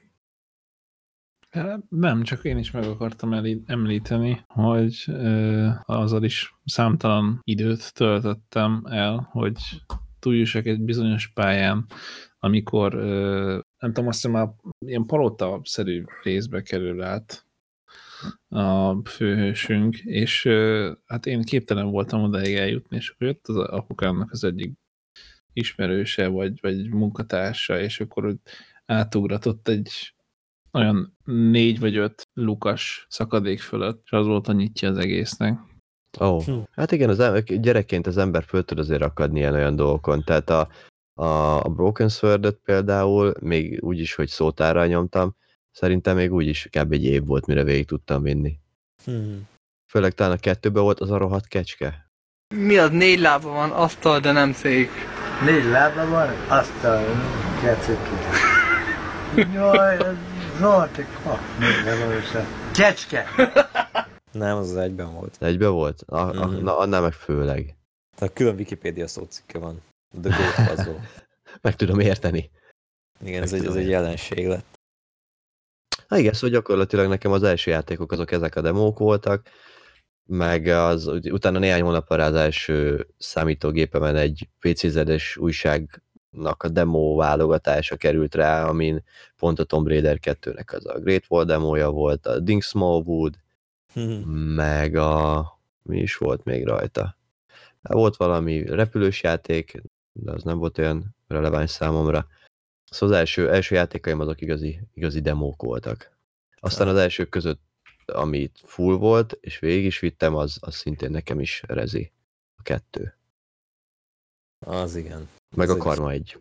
Nem, csak én is meg akartam említeni, hogy azzal is számtalan időt töltöttem el, hogy túljussak egy bizonyos pályán, amikor nem tudom, azt hiszem ilyen palota-szerű részbe kerül át a főhősünk, és hát én képtelen voltam odáig eljutni, és akkor jött az apukámnak az egyik ismerőse, vagy munkatársa, és akkor átugratott egy olyan 4 vagy 5 lukas szakadék fölött, és az volt a nyitja az egésznek. Hát igen, gyerekként az ember föl tud azért akadni ilyen olyan dolgokon, tehát a Broken Sword-öt például, még úgy is, hogy szótárral nyomtam, szerintem még úgy is kb. Egy év volt, mire végig tudtam vinni. Főleg talán a 2-ben volt az a rohadt kecske. Mi az, 4 lába van, asztal, de nem szék. 4 lába van, asztal, kecske. Jaj, Zsolti, nem össze. Kecske! Nem, az egyben volt. Egyben volt? Na, annál meg főleg. Tehát külön Wikipédia szócikke van. The Goat Puzzle. Meg tudom érteni. Igen, ez egy jelenség lett. Igen, szóval gyakorlatilag nekem az első játékok azok ezek a demók voltak, meg utána néhány hónappal az első számítógépemen egy PC-zedes újságnak a demo válogatása került rá, amin pont a Tomb Raider 2-nek az a Great Wall demója volt, a Ding Smallwood, meg mi is volt még rajta? Volt valami repülős játék, de az nem volt olyan releváns számomra. Szóval az első játékaim azok igazi demók voltak. Aztán az elsők között, amit full volt, és végig is vittem, az szintén nekem is rezi. A 2. Az igen. Meg az a Karma 1.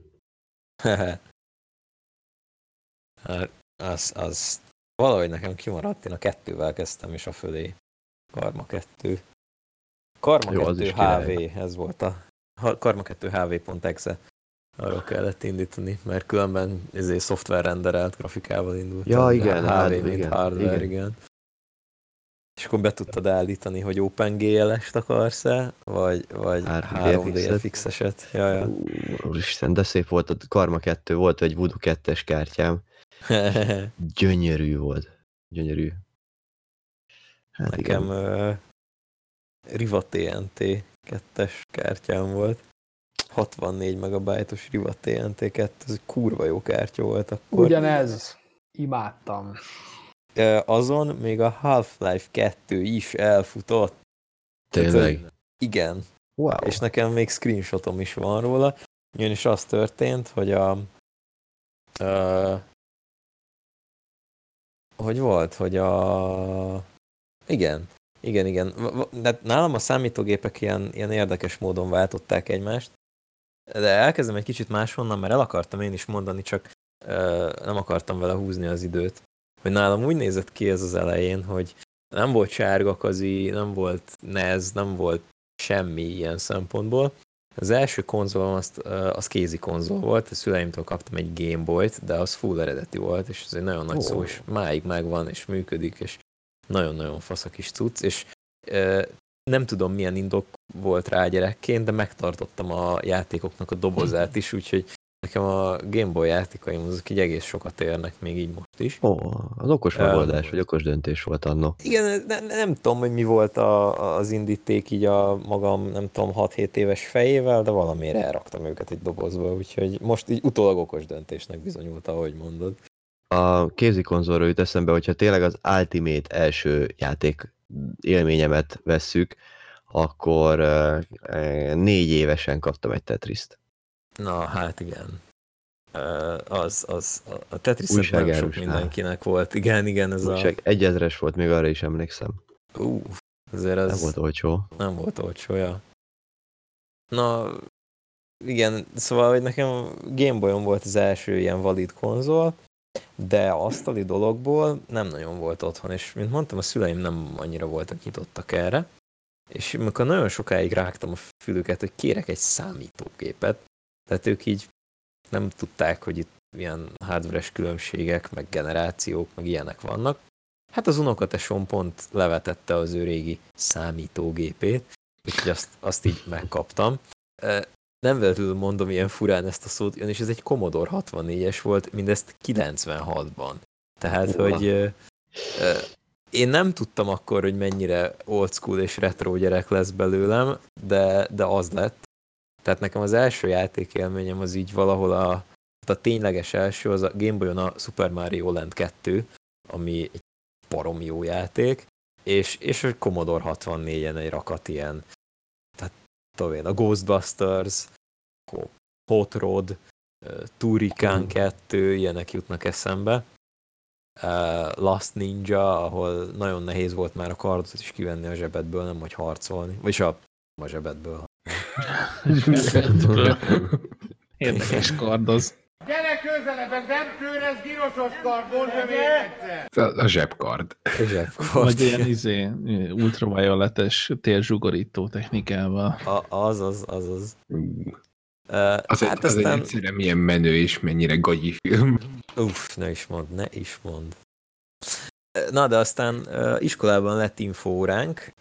az valahogy nekem kimaradt, én a 2-vel kezdtem, és a fölé. Karma 2. Karma jó, 2 HV, ez volt a Karma 2 HV.exe. Arról kellett indítani, mert különben szoftver renderelt grafikával indult. Ja, igen, HV, mint hardware, igen. És akkor be tudtad állítani, hogy OpenGL-est akarsz-e, vagy 3DFX-eset. Ja. Úristen, de szép volt, a Karma 2 volt, egy Voodoo 2-es kártyám. Gyönyörű volt. Gyönyörű. Hát nekem Riva TNT 2-es kártyám volt. 64 megabájtos Riva TNT 2, ez egy kurva jó kártya volt akkor. Ugyanez. Imádtam. Azon még a Half-Life 2 is elfutott. Tényleg? Igen. Wow. És nekem még screenshotom is van róla. Ugyanis az történt, hogy hogy volt, hogy Igen. De nálam a számítógépek ilyen érdekes módon váltották egymást, de elkezdem egy kicsit máshonnan, mert el akartam én is mondani, csak nem akartam vele húzni az időt. Hogy nálam úgy nézett ki ez az elején, hogy nem volt sárgakazi, nem volt NES, nem volt semmi ilyen szempontból. Az első konzolom az kézi konzol volt, a szüleimtől kaptam egy Game Boy-t, de az full eredeti volt, és ez egy nagyon nagy szó, és máig megvan, és működik, és nagyon-nagyon fasz a kis cucc, és nem tudom milyen indok volt rá gyerekként, de megtartottam a játékoknak a dobozát is, úgyhogy nekem a Game Boy játékaim azok így egész sokat érnek még így most is. Az okos megoldás, vagy okos döntés volt anno. Igen, nem tudom, hogy mi volt az indíték így a magam, nem tudom, 6-7 éves fejével, de valamiért elraktam őket egy dobozba, úgyhogy most így utólag okos döntésnek bizonyult, ahogy mondod. A kézikonzolról jut eszembe, hogyha tényleg az Ultimate első játék élményemet vesszük, akkor 4 évesen kaptam egy Tetrist. Na, hát igen. A Tetris nagyon sok mindenkinek volt. Igen, ez Úgyság 1000-es volt, még arra is emlékszem. Azért az... Nem volt olcsó. Nem volt olcsó, ja. Na, igen, szóval, hogy nekem Game Boy-on volt az első ilyen valid konzol, de asztali dologból nem nagyon volt otthon, és mint mondtam, a szüleim nem annyira voltak nyitottak erre, és amikor nagyon sokáig rágtam a fülüket, hogy kérek egy számítógépet, tehát ők így nem tudták, hogy itt ilyen hardware-es különbségek, meg generációk, meg ilyenek vannak. Hát az unokatesom pont levetette az ő régi számítógépét, úgyhogy azt így megkaptam. Nem véletlenül mondom ilyen furán ezt a szót, és ez egy Commodore 64-es volt, mindezt 96-ban. Tehát, hogy én nem tudtam akkor, hogy mennyire old school és retro gyerek lesz belőlem, de az lett. Tehát nekem az első játékélményem az így valahol a tényleges első, az a Game Boy-on a Super Mario Land 2, ami egy baromi jó játék, és a Commodore 64-en egy rakat ilyen, tehát tudom, a Ghostbusters, Hot Rod, Turrican 2, ilyenek jutnak eszembe. Last Ninja, ahol nagyon nehéz volt már a kardot is kivenni a zsebedből, nem hogy harcolni. Vagyis a zsebedből. Érdekes kardoz. Gyere közelebb, ez nem kőr, ez gyroszos kard, mondd meg még egyszer. A zsebkard. Vagy ilyen ultravioletes térzsugorító technikával. Az. Hát aztán... egyszerűen milyen menő és mennyire gagyi film. Ne is mondd. Na, de aztán iskolában lett infóóránk,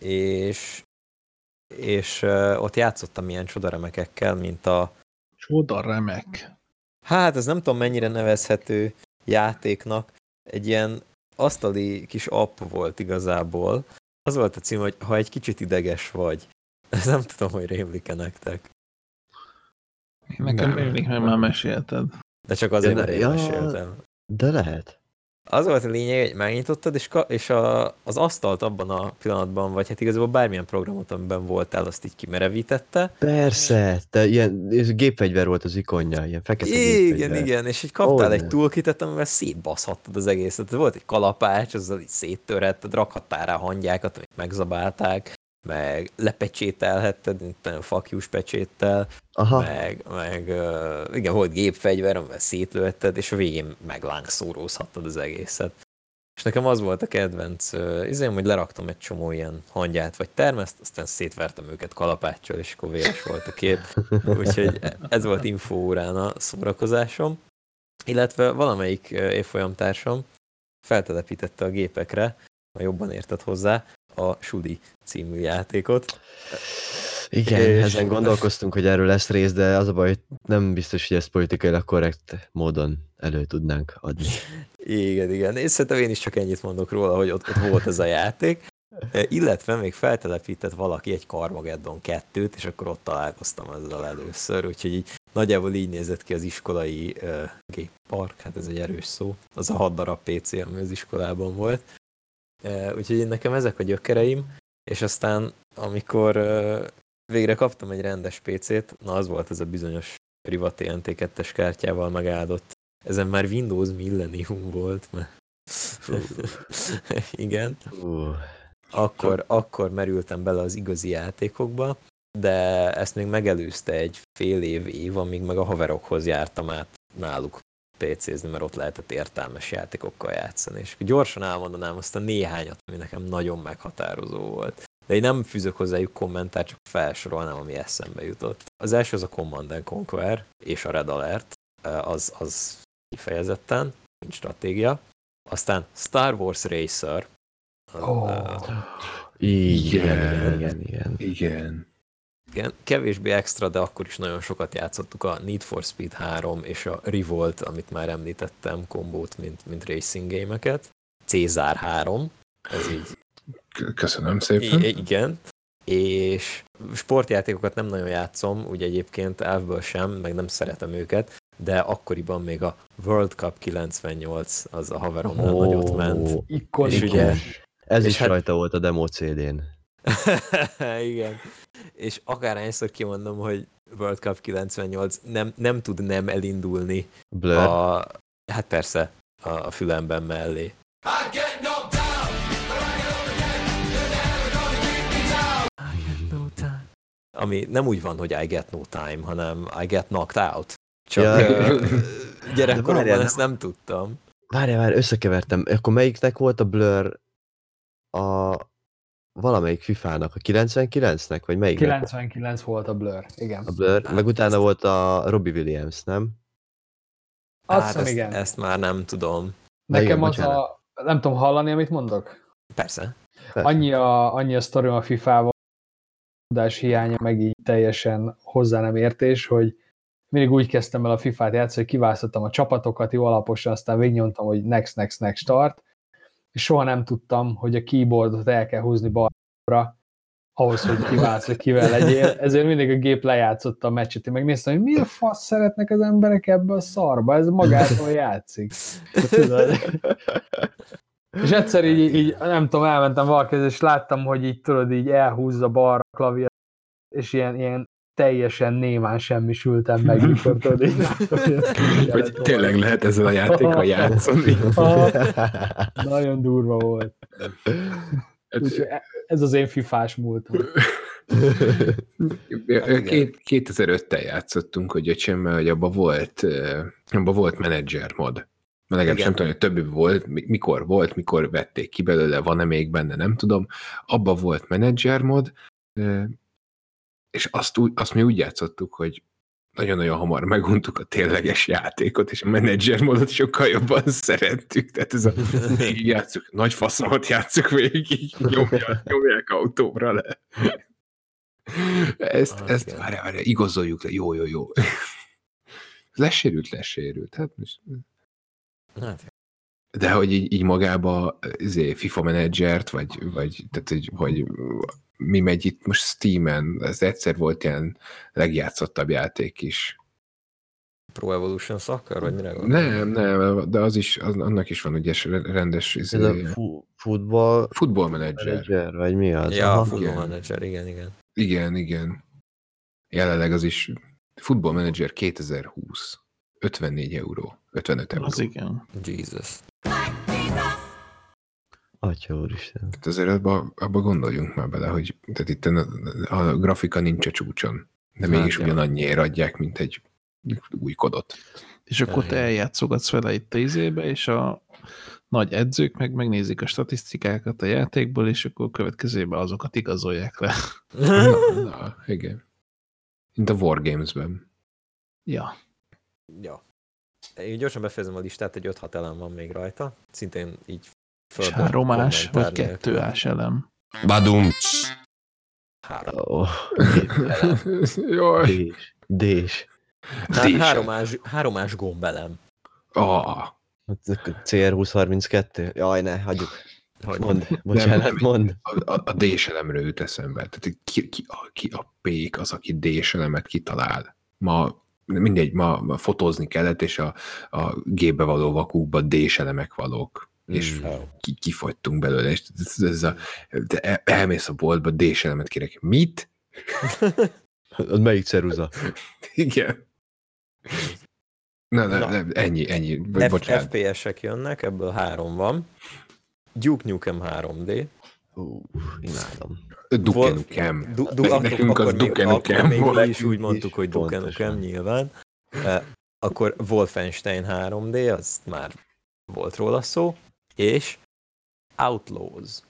és ott játszottam ilyen csodaremekekkel, mint a... Csodaremek? Hát, ez nem tudom mennyire nevezhető játéknak. Egy ilyen asztali kis app volt igazából. Az volt a cím, hogy ha egy kicsit ideges vagy. Ez nem tudom, hogy rémlik-e nektek. Nekem rémlik, mert már mesélted. De csak azért, mert én meséltem. De lehet. Az volt a lényeg, hogy megnyitottad, és az asztalt abban a pillanatban, vagy hát igazából bármilyen programot, amiben voltál, azt így kimerevítette. Persze, te ilyen gépfegyver volt az ikonja, ilyen fekete gépfegyver. Igen, és így kaptál egy toolkitet, amivel szétbaszhattad az egészet. Volt egy kalapács, azzal így széttörhetted, rakhattál rá hangyákat, amik megzabálták, meg lepecsételhetted, mint fakjús pecséttel, meg igen, volt gépfegyver, amivel szétlőhetted, és a végén meglángszórózhattad az egészet. És nekem az volt a kedvenc, hogy leraktam egy csomó ilyen hangyát vagy termeszt, aztán szétvertem őket kalapáccsal, és akkor véres volt a kép. Úgyhogy ez volt infóórán a szórakozásom. Illetve valamelyik évfolyamtársam feltelepítette a gépekre, ha jobban érted hozzá, a Sudi című játékot. Igen, ezen gondolkoztunk, hogy erről lesz rész, de az a baj, hogy nem biztos, hogy ezt politikailag korrekt módon elő tudnánk adni. Igen. És szerintem én is csak ennyit mondok róla, hogy ott volt ez a játék. Illetve még feltelepített valaki egy Carmageddon 2-t, és akkor ott találkoztam ezzel először, úgyhogy így, nagyjából így nézett ki az iskolai géppark, hát ez egy erős szó, az a 6 darab PC, ami az iskolában volt. Úgyhogy nekem ezek a gyökereim, és aztán amikor végre kaptam egy rendes PC-t, na az volt ez a bizonyos Riva TNT 2-es kártyával megáldott. Ezen már Windows Millennium volt, mert... Igen. Akkor merültem bele az igazi játékokba, de ezt még megelőzte egy fél év, amíg meg a haverokhoz jártam át náluk PC-zni, mert ott lehetett értelmes játékokkal játszani. És gyorsan elmondanám azt a néhányat, ami nekem nagyon meghatározó volt. De én nem fűzök hozzájuk kommentárt, csak felsorolnám, ami eszembe jutott. Az első az a Command & Conquer és a Red Alert, az kifejezetten, mint stratégia. Aztán Star Wars Racer. Igen. Igen, kevésbé extra, de akkor is nagyon sokat játszottuk a Need for Speed 3 és a Revolt, amit már említettem, kombót, mint racing game-eket. Cézár 3, ez így. Köszönöm szépen. Igen, és sportjátékokat nem nagyon játszom, úgy egyébként elfből sem, meg nem szeretem őket, de akkoriban még a World Cup 98 az a haveromnál nagyot ment. Ikonikus. És ugye, ez is rajta volt a demo CD-n. Igen. És akárhányszor kimondom, hogy World Cup 98 nem tud nem elindulni Blur. Hát persze, a fülemben mellé. Ami nem úgy van, hogy I get no time, hanem I get knocked out. Csak gyerekkoromban ezt nem tudtam. Várjál, összekevertem. Akkor melyiknek volt a Blur valamelyik FIFA-nak? A 99-nek? Vagy melyik? 99 volt a Blur, igen. A Blur, meg utána volt a Robbie Williams, nem? Hát igen. Ezt már nem tudom. Nekem igen, az nem tudom hallani, amit mondok? Persze. Annyi a sztorim a FIFA-val, tudás hiánya, meg így teljesen hozzá nem értés, hogy mindig úgy kezdtem el a FIFA-t játszani, hogy kiválasztottam a csapatokat jó alaposan, aztán végignyomtam, hogy next start, és soha nem tudtam, hogy a keyboardot el kell húzni balra, ahhoz, hogy kiválasz, hogy kivel legyél. Ezért mindig a gép lejátszotta a meccset. Én megnéztem, hogy mi a fasz szeretnek az emberek ebbe a szarba, ez magától játszik. És egyszer így, nem tudom, elmentem valakihez, és láttam, hogy így tudod, így elhúzza balra a klaviat, és ilyen teljesen némán semmisültem meg, mikor tudod, így láttam, hogy tényleg lehet ezzel a játékkal játszani. Nagyon durva volt. Úgyhogy ez az én fifás múltam. 2005-tel játszottunk, hogy öcsém, hogy abban volt menedzser mod. Legalábbis nem tudom, hogy többi volt, mikor vették ki belőle, van-e még benne, nem tudom. Abban volt menedzser mod, és azt mi úgy játszottuk, hogy nagyon-nagyon hamar meguntuk a tényleges játékot, és a menedzser módot sokkal jobban szerettük. Tehát ez játszuk, nagy faszomat játszuk végig, nyomják autóra le. Ezt várjál, igazoljuk le, jó. Lesérült. Hát most... De hogy így magába FIFA menedzsert, vagy tehát, hogy mi megy itt most Steamen, ez egyszer volt ilyen legjátszottabb játék is. Pro Evolution Soccer, vagy mire gondolod? Nem, de annak is van ugye rendes... Ez a Football menedzser. Vagy mi az? Ja, Football menedzser, igen. Igen. Jelenleg az is Football menedzser 2020. 54 euró. 55 euró. Az igen. Jesus. Atya úristen. Tehát azért abba gondoljunk már bele, hogy tehát itt a grafika nincs a csúcson, de mégis ugyanannyiért adják, mint egy új kodot. És akkor te eljátszogatsz vele itt a izébe, és a nagy edzők megnézik a statisztikákat a játékból, és akkor következőben azokat igazolják le. Na, igen. Mint a Wargames-ben. Ja. Én gyorsan befejezem a listát, egy 5-6 elem van még rajta. Szintén így és 3 ás, vagy 2 ás elem. Badumcs. 3. Jaj. Dés. 3 ás gombelem. CR2032? Jaj, ne, hagyjuk. Mondd. A D-elemről jut eszembe. Tehát ki a pék az, aki D-elemet kitalál. Ma fotózni kellett, és a gépbe való vakukba D-elemek valók. És kifagytunk belőle. És elmész a boltba, D-elemet kérek. Mit? Az melyik ceruza? Igen. Nem, ennyi. Bocsánat. FPS-ek jönnek, ebből 3 van. Duke Nukem 3D. Imádom. Duke Nukem. Nekünk az Duke Nukem. Még mi is úgy mondtuk, hogy Duke Nukem nyilván. Akkor Wolfenstein 3D, az már volt róla szó. És Outlaws.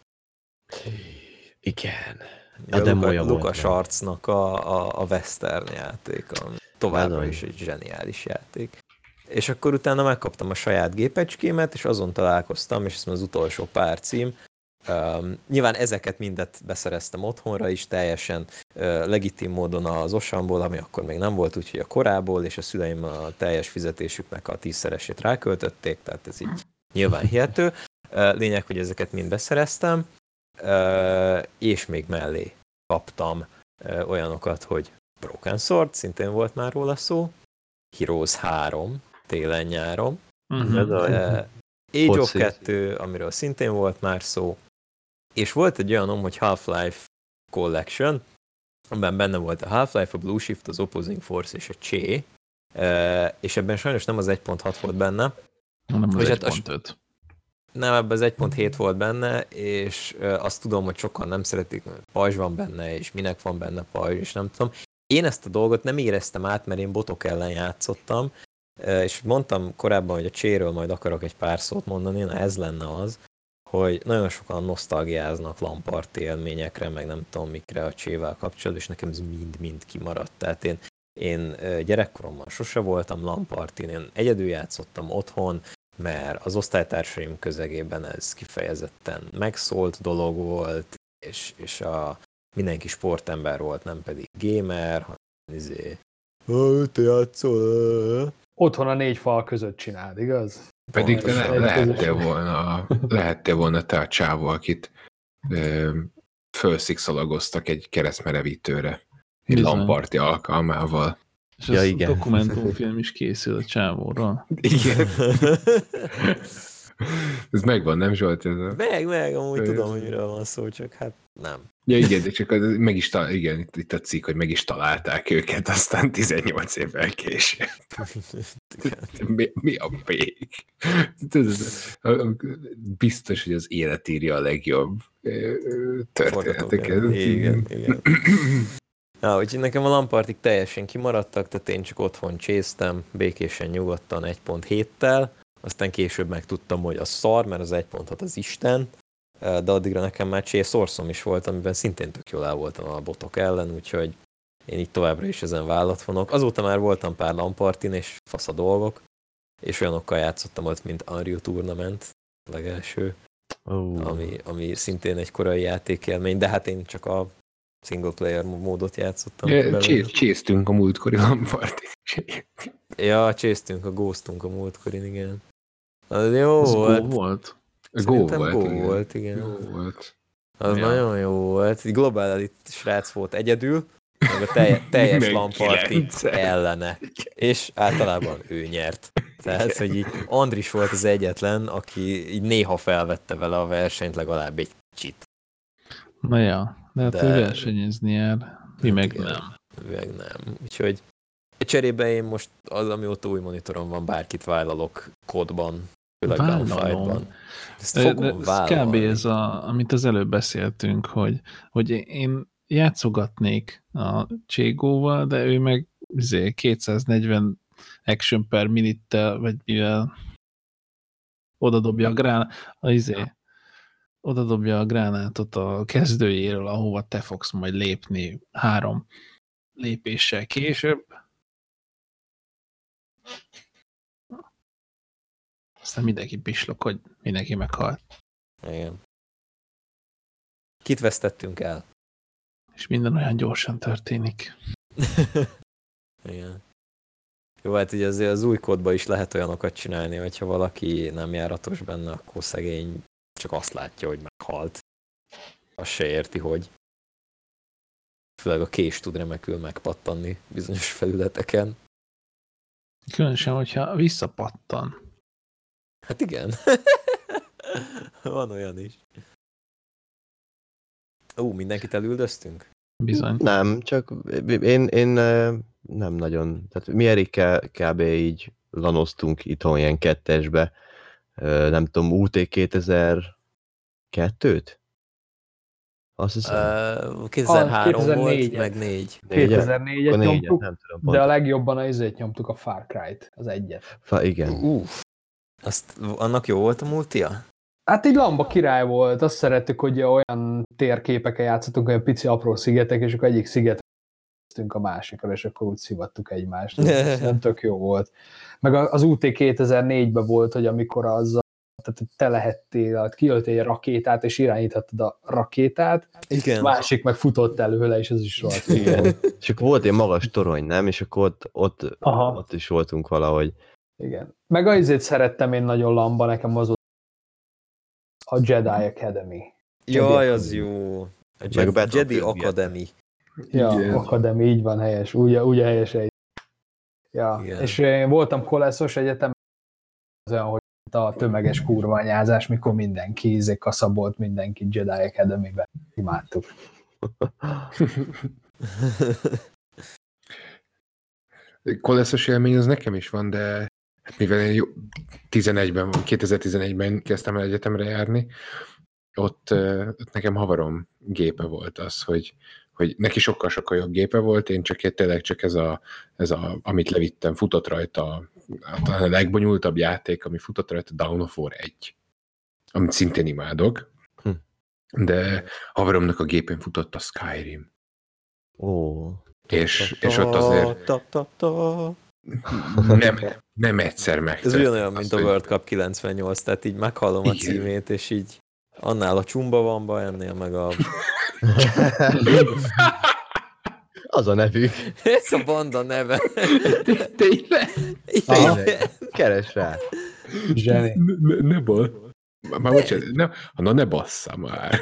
Igen. Lucas Artsnak a western játék, továbbra is egy zseniális játék. És akkor utána megkaptam a saját gépecskémet, és azon találkoztam, és ez az utolsó pár cím, Nyilván ezeket mindet beszereztem otthonra is, teljesen legitim módon az Osamból, ami akkor még nem volt, úgyhogy a korából, és a szüleim a teljes fizetésüknek a 10-szeresét ráköltötték, tehát ez így nyilván hihető. Lényeg, hogy ezeket mind beszereztem, és még mellé kaptam olyanokat, hogy Broken Sword, szintén volt már róla szó, Heroes 3, télen-nyáron, Age of 2, amiről szintén volt már szó, és volt egy olyanom, hogy Half-Life Collection, amiben benne volt a Half-Life, a Blue Shift, az Opposing Force és a Che, és ebben sajnos nem az 1.6 volt benne. Nem az 1.5. Nem, ebben az 1.7 volt benne, és azt tudom, hogy sokan nem szeretik, pajzs van benne, és minek van benne pajzs, és nem tudom. Én ezt a dolgot nem éreztem át, mert én botok ellen játszottam, és mondtam korábban, hogy a Che-ről majd akarok egy pár szót mondani, na ez lenne az, hogy nagyon sokan nosztalgiáznak LAN-party élményekre, meg nem tudom mikre a Che-vel kapcsolatban, és nekem ez mind kimaradt. Tehát én gyerekkoromban sose voltam LAN-partyn, én egyedül játszottam otthon, mert az osztálytársaim közegében ez kifejezetten megszólt dolog volt, és mindenki sportember volt, nem pedig gamer, hanem te játszol. Otthon a 4 fal között csináld, igaz? Pedig te lehettél volna te a csávó, akit felszikszalagoztak egy keresztmerevítőre. Egy LAN-party alkalmával. És ez a dokumentumfilm is készül a csávóról. Igen. Ez megvan, nem Zsolt? Meg, amúgy tudom, hogy miről van szó, csak hát nem. Ja igen, de csak meg is igen, itt a cikk, hogy meg is találták őket, aztán 18 évvel később. Mi a még? Biztos, hogy az élet írja a legjobb történeteket. Igen. Ja, úgyhogy nekem a LAN-partik teljesen kimaradtak, tehát én csak otthon csésztem, békésen, nyugodtan 1.7-tel, aztán később megtudtam, hogy az szar, mert az 1.6 az Isten, de addigra nekem már Source-om is volt, amiben szintén tök jól el voltam a botok ellen, úgyhogy én így továbbra is ezen vállat vonok. Azóta már voltam pár LAN-partin, és fasz a dolgok, és olyanokkal játszottam ott, mint Unreal Tournament, legelső, ami szintén egy korai játékélmény, de hát én csak a single player módot játszottam. Csésztünk a múltkori LAN-partit. Ja, csésztünk, a Ghostunk a múltkorin, igen. Az jó az volt. Go volt, igen. Jó volt. Az nagyon jó volt. Egy globál elit srác volt egyedül, meg a teljes LAN-party ellene. És általában ő nyert. Tehát, hogy így Andris volt az egyetlen, aki így néha felvette vele a versenyt legalább egy kicsit. Na ja, de hát ő versenyezni jár. Mi meg igen, nem. Meg nem. Úgyhogy cserébe én most az, amióta új monitoron van, bárkit vállalok kódban, főleg Gunfight-ban. Ezt fogom vállalni. Kb. Ez amit az előbb beszéltünk, hogy én játszogatnék a Cségóval, de ő meg 240 action per minute-tel, vagy mivel odadobja a gránátot a kezdőjéről, ahova te fogsz majd lépni 3 lépéssel később. Aztán mindenki pislog, hogy mindenki meghalt. Igen. Kit vesztettünk el? És minden olyan gyorsan történik. Igen. Jó, hát ugye azért az új kódban is lehet olyanokat csinálni, hogyha valaki nem járatos benne, akkor szegény csak azt látja, hogy meghalt. Azt se érti, hogy főleg a kés tud remekül megpattanni bizonyos felületeken. Különösen, hogyha visszapattan. Hát igen. Van olyan is. Mindenkit elüldöztünk? Bizony. Nem, csak én nem nagyon. Tehát mi Erikkel kb. Így lanoztunk itthon ilyen 2-esbe. Nem tudom, UT 2002-t? Azt hiszem. 2003 volt, meg 4. 2004-et nyomtuk, nem tudom, de a legjobban az nyomtuk a Far Cry-t, az 1-et. Igen. Annak jó volt a multia? Hát így lamba király volt, azt szerettük, hogy olyan térképekkel játszottunk, olyan pici apró szigetek, és akkor egyik szigetre a másikra, és akkor úgy szivattuk egymást. Nem tök jó volt. Meg az UT 2004-ben volt, hogy amikor az tehát hogy te lehettél, kiöltél egy rakétát, és irányíthattad a rakétát, Igen. másik meg futott előle, és ez is rohadt. Igen. És akkor volt egy magas torony, nem? És akkor ott is voltunk valahogy. Igen. Meg azért szerettem én nagyon Lamba, nekem az a Jedi Academy. Jaj, az jó. A Jedi Academy. Ja, Igen. Academy, így van helyes. Úgy helyes egy. Ja. Igen. És én voltam koleszos egyetem, az olyan, hogy a tömeges kurványázás, mikor mindenki kaszabolt mindenki Jedi Academy-be. Imádtuk. Koleszos élmény az nekem is van, de hát mivel én 2011-ben kezdtem el egyetemre járni, ott nekem havarom gépe volt az, hogy neki sokkal-sokkal jobb gépe volt, én tényleg csak ez a amit levittem, futott rajta, a legbonyolultabb játék, ami futott rajta, Dawn of War 1, amit szintén imádok, de havaromnak a gépén futott a Skyrim. Ó. És ott azért nem egyszer megtett. Ez ugyanolyan, mint a World Cup 98, tehát így meghallom a címét, és így annál a csumba van baj, ennél meg a... Az a nevük. Ez a banda neve. Tényleg? Keres rá. Zseni. Ne bal. Már bocsánat, ne bassza már.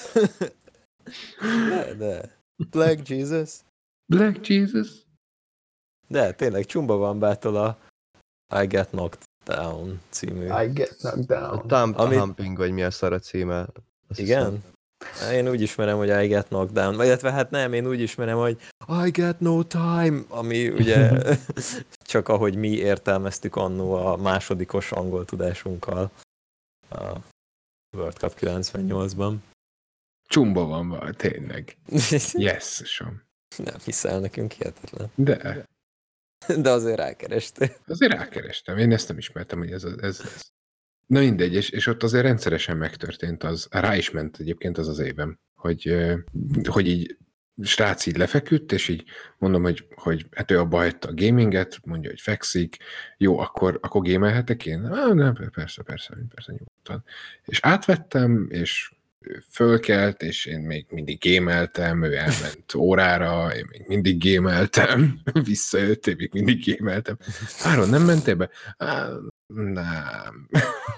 De. Black Jesus. Black Jesus? De, tényleg Csumba van bától a I Get Knocked Down című. I Get Knocked Down. A Humping, vagy mi a szar a címe? Igen? Én úgy ismerem, hogy I Get Knocked Down. Vagy illetve hát nem, én úgy ismerem, hogy I Get No Time, ami ugye csak ahogy mi értelmeztük annó a másodikos angol tudásunkkal a World Cup 98-ban. Csumba van, tényleg. Yes-som. Nem hiszel nekünk, hihetetlen. De azért rákerestél. Azért rákerestem. Én ezt nem ismertem, hogy ez. Na mindegy, és ott azért rendszeresen megtörtént az, rá is ment egyébként az évem, hogy így srác így lefeküdt, és így mondom, hogy hát ő abba hagyta a gaminget, mondja, hogy fekszik, jó, akkor gémelhetek én? Nem, persze, nyugodtan. És átvettem, és fölkelt, és én még mindig gémeltem, ő elment órára, én még mindig gémeltem, visszajött, én még mindig gémeltem. Áron, nem mentél be? Nem.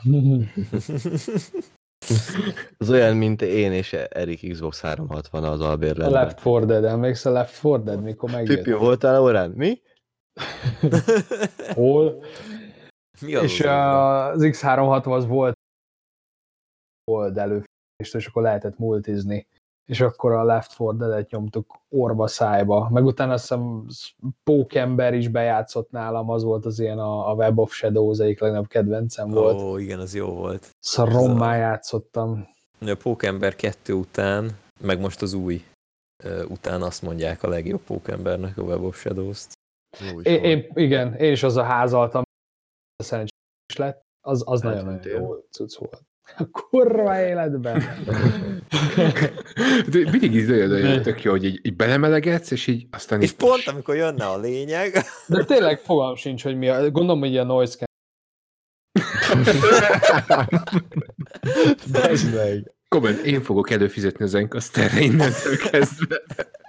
Az olyan, mint én és Erik Xbox 360 az albérletben. A Left 4 Dead, emlékszel a Left 4 Dead, mikor megjött? Pipi, voltál órán? Mi? Hol? Mi az és az X360 az volt előfizetést, és akkor lehetett multizni. És akkor a Left 4 Dead-et nyomtuk orba szájba. Meg utána azt hiszem Pókember is bejátszott nálam, az volt az ilyen a Web of Shadows egyik legnagyobb kedvencem volt. Ó, igen, az jó volt. Rommá játszottam. A Pókember 2 után, meg most az új után azt mondják a legjobb Pókembernek a Web of Shadows-t. Igen, én is azzal házaltam, szerencsés is lett. Az nagyon jó cucc volt. A kurva életben. De mindig így olyan tök jó, hogy így belemelegetsz, és így aztán... És pont amikor jönne a lényeg... De tényleg fogalm sincs, hogy mi a... Gondolom, hogy ilyen noise Bezd meg. Komment, én fogok előfizetni a Zencasterre innentől kezdve.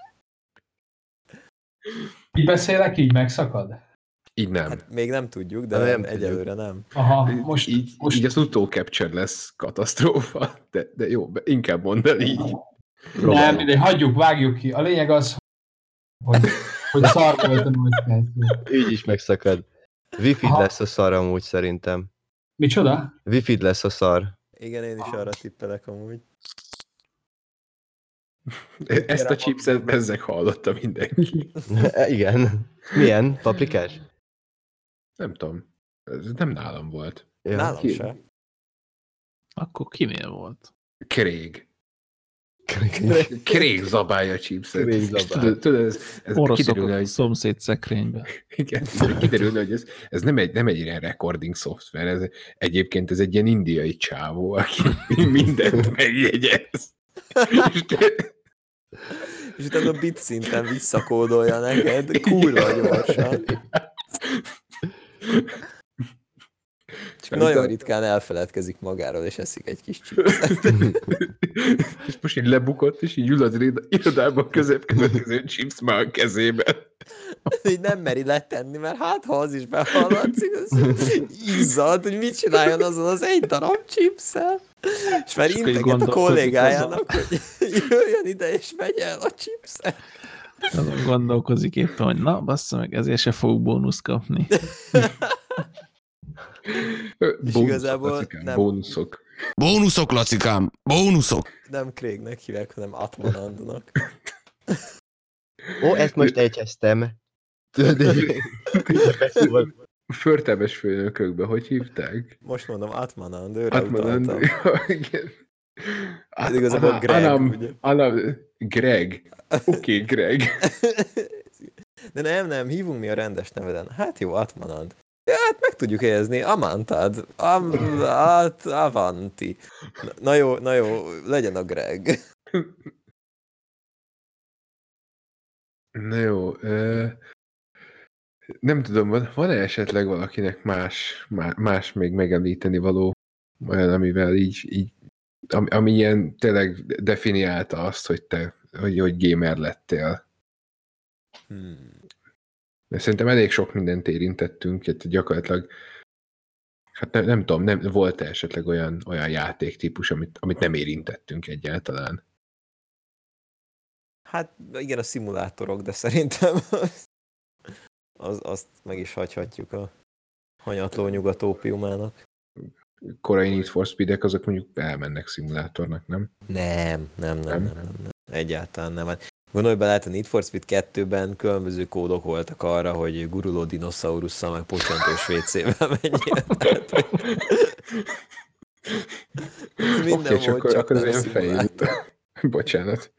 Így beszélek, így megszakad? Így nem. Hát még nem tudjuk, de nem egyelőre nem. Aha, most így az utó-capture lesz katasztrófa, de jó, inkább mondd el így. Nem, mindegy, hagyjuk, vágjuk ki. A lényeg az, hogy szar volt a noise. Így is megszakad. Wi-Fi lesz a szar amúgy szerintem. Micsoda? Wi-Fi lesz a szar. Igen, én is arra tippelek amúgy. Ezt a chipset bezzeg hallotta mindenki. Igen. Milyen? Paprikás? Nem tudom. Ez nem nálam volt. Ja, nálam se. Akkor kinél volt? Craig zabálja a chipset. Tudod, ez oroszok a szomszéd szekrényben. Igen, kiderülne, hogy ez nem egy ilyen recording szoftver, egyébként ez egy ilyen indiai csávó, aki mindent megjegyez. És utána bit szinten visszakódolja neked, kurva gyorsan. nagyon ritkán elfeledkezik magáról, és eszik egy kis chipset. És most így lebukott, és így ül az irodában középkövetkező chips már a kezében. Így nem meri letenni, mert hát ha az is behallatszik, az izzad, hogy mit csináljon azon az egy darab chipsszel. És már integet a kollégájának, hogy jöjjön ide, és vegye el a chipset. Azon gondolkozik éppen, hogy na, bassza meg, ezért se fogok bónuszt kapni. Bónuszok. Bónuszok, Lacikám, bónuszok! Nem Craignek hívják, hanem Atmanandnak. Ó, ezt most egyeztem. Förtelmes főnökökbe, hogy hívták? Most mondom Atmanand, őre utaltam. Igen. Igazából Greg, ugye? Greg. Oké, Greg. De nem, hívunk mi a rendes neveden. Hát jó, Atmanand. Ja, hát meg tudjuk helyezni. Amantad. Avanti. Na jó, legyen a Greg. Na jó. Nem tudom, van-e esetleg valakinek más még megemlíteni való olyan, amivel így ami ilyen tényleg definiálta azt, hogy te hogy gamer lettél. Mert szerintem elég sok mindent érintettünk, hát gyakorlatilag hát nem tudom, volt-e esetleg olyan játéktípus, amit nem érintettünk egyáltalán? Hát igen, a szimulátorok, de szerintem azt meg is hagyhatjuk a hanyatló nyugatópiumának. Korai Need for Speed-ek azok mondjuk elmennek szimulátornak, nem? Nem. Egyáltalán nem. Hát gondolj bele, hát a Need for Speed 2-ben különböző kódok voltak arra, hogy guruló dinoszaurusszal, meg pocsantós WC-vel menjél. Minden okay, volt, csak akkor az ilyen fejét. Bocsánat.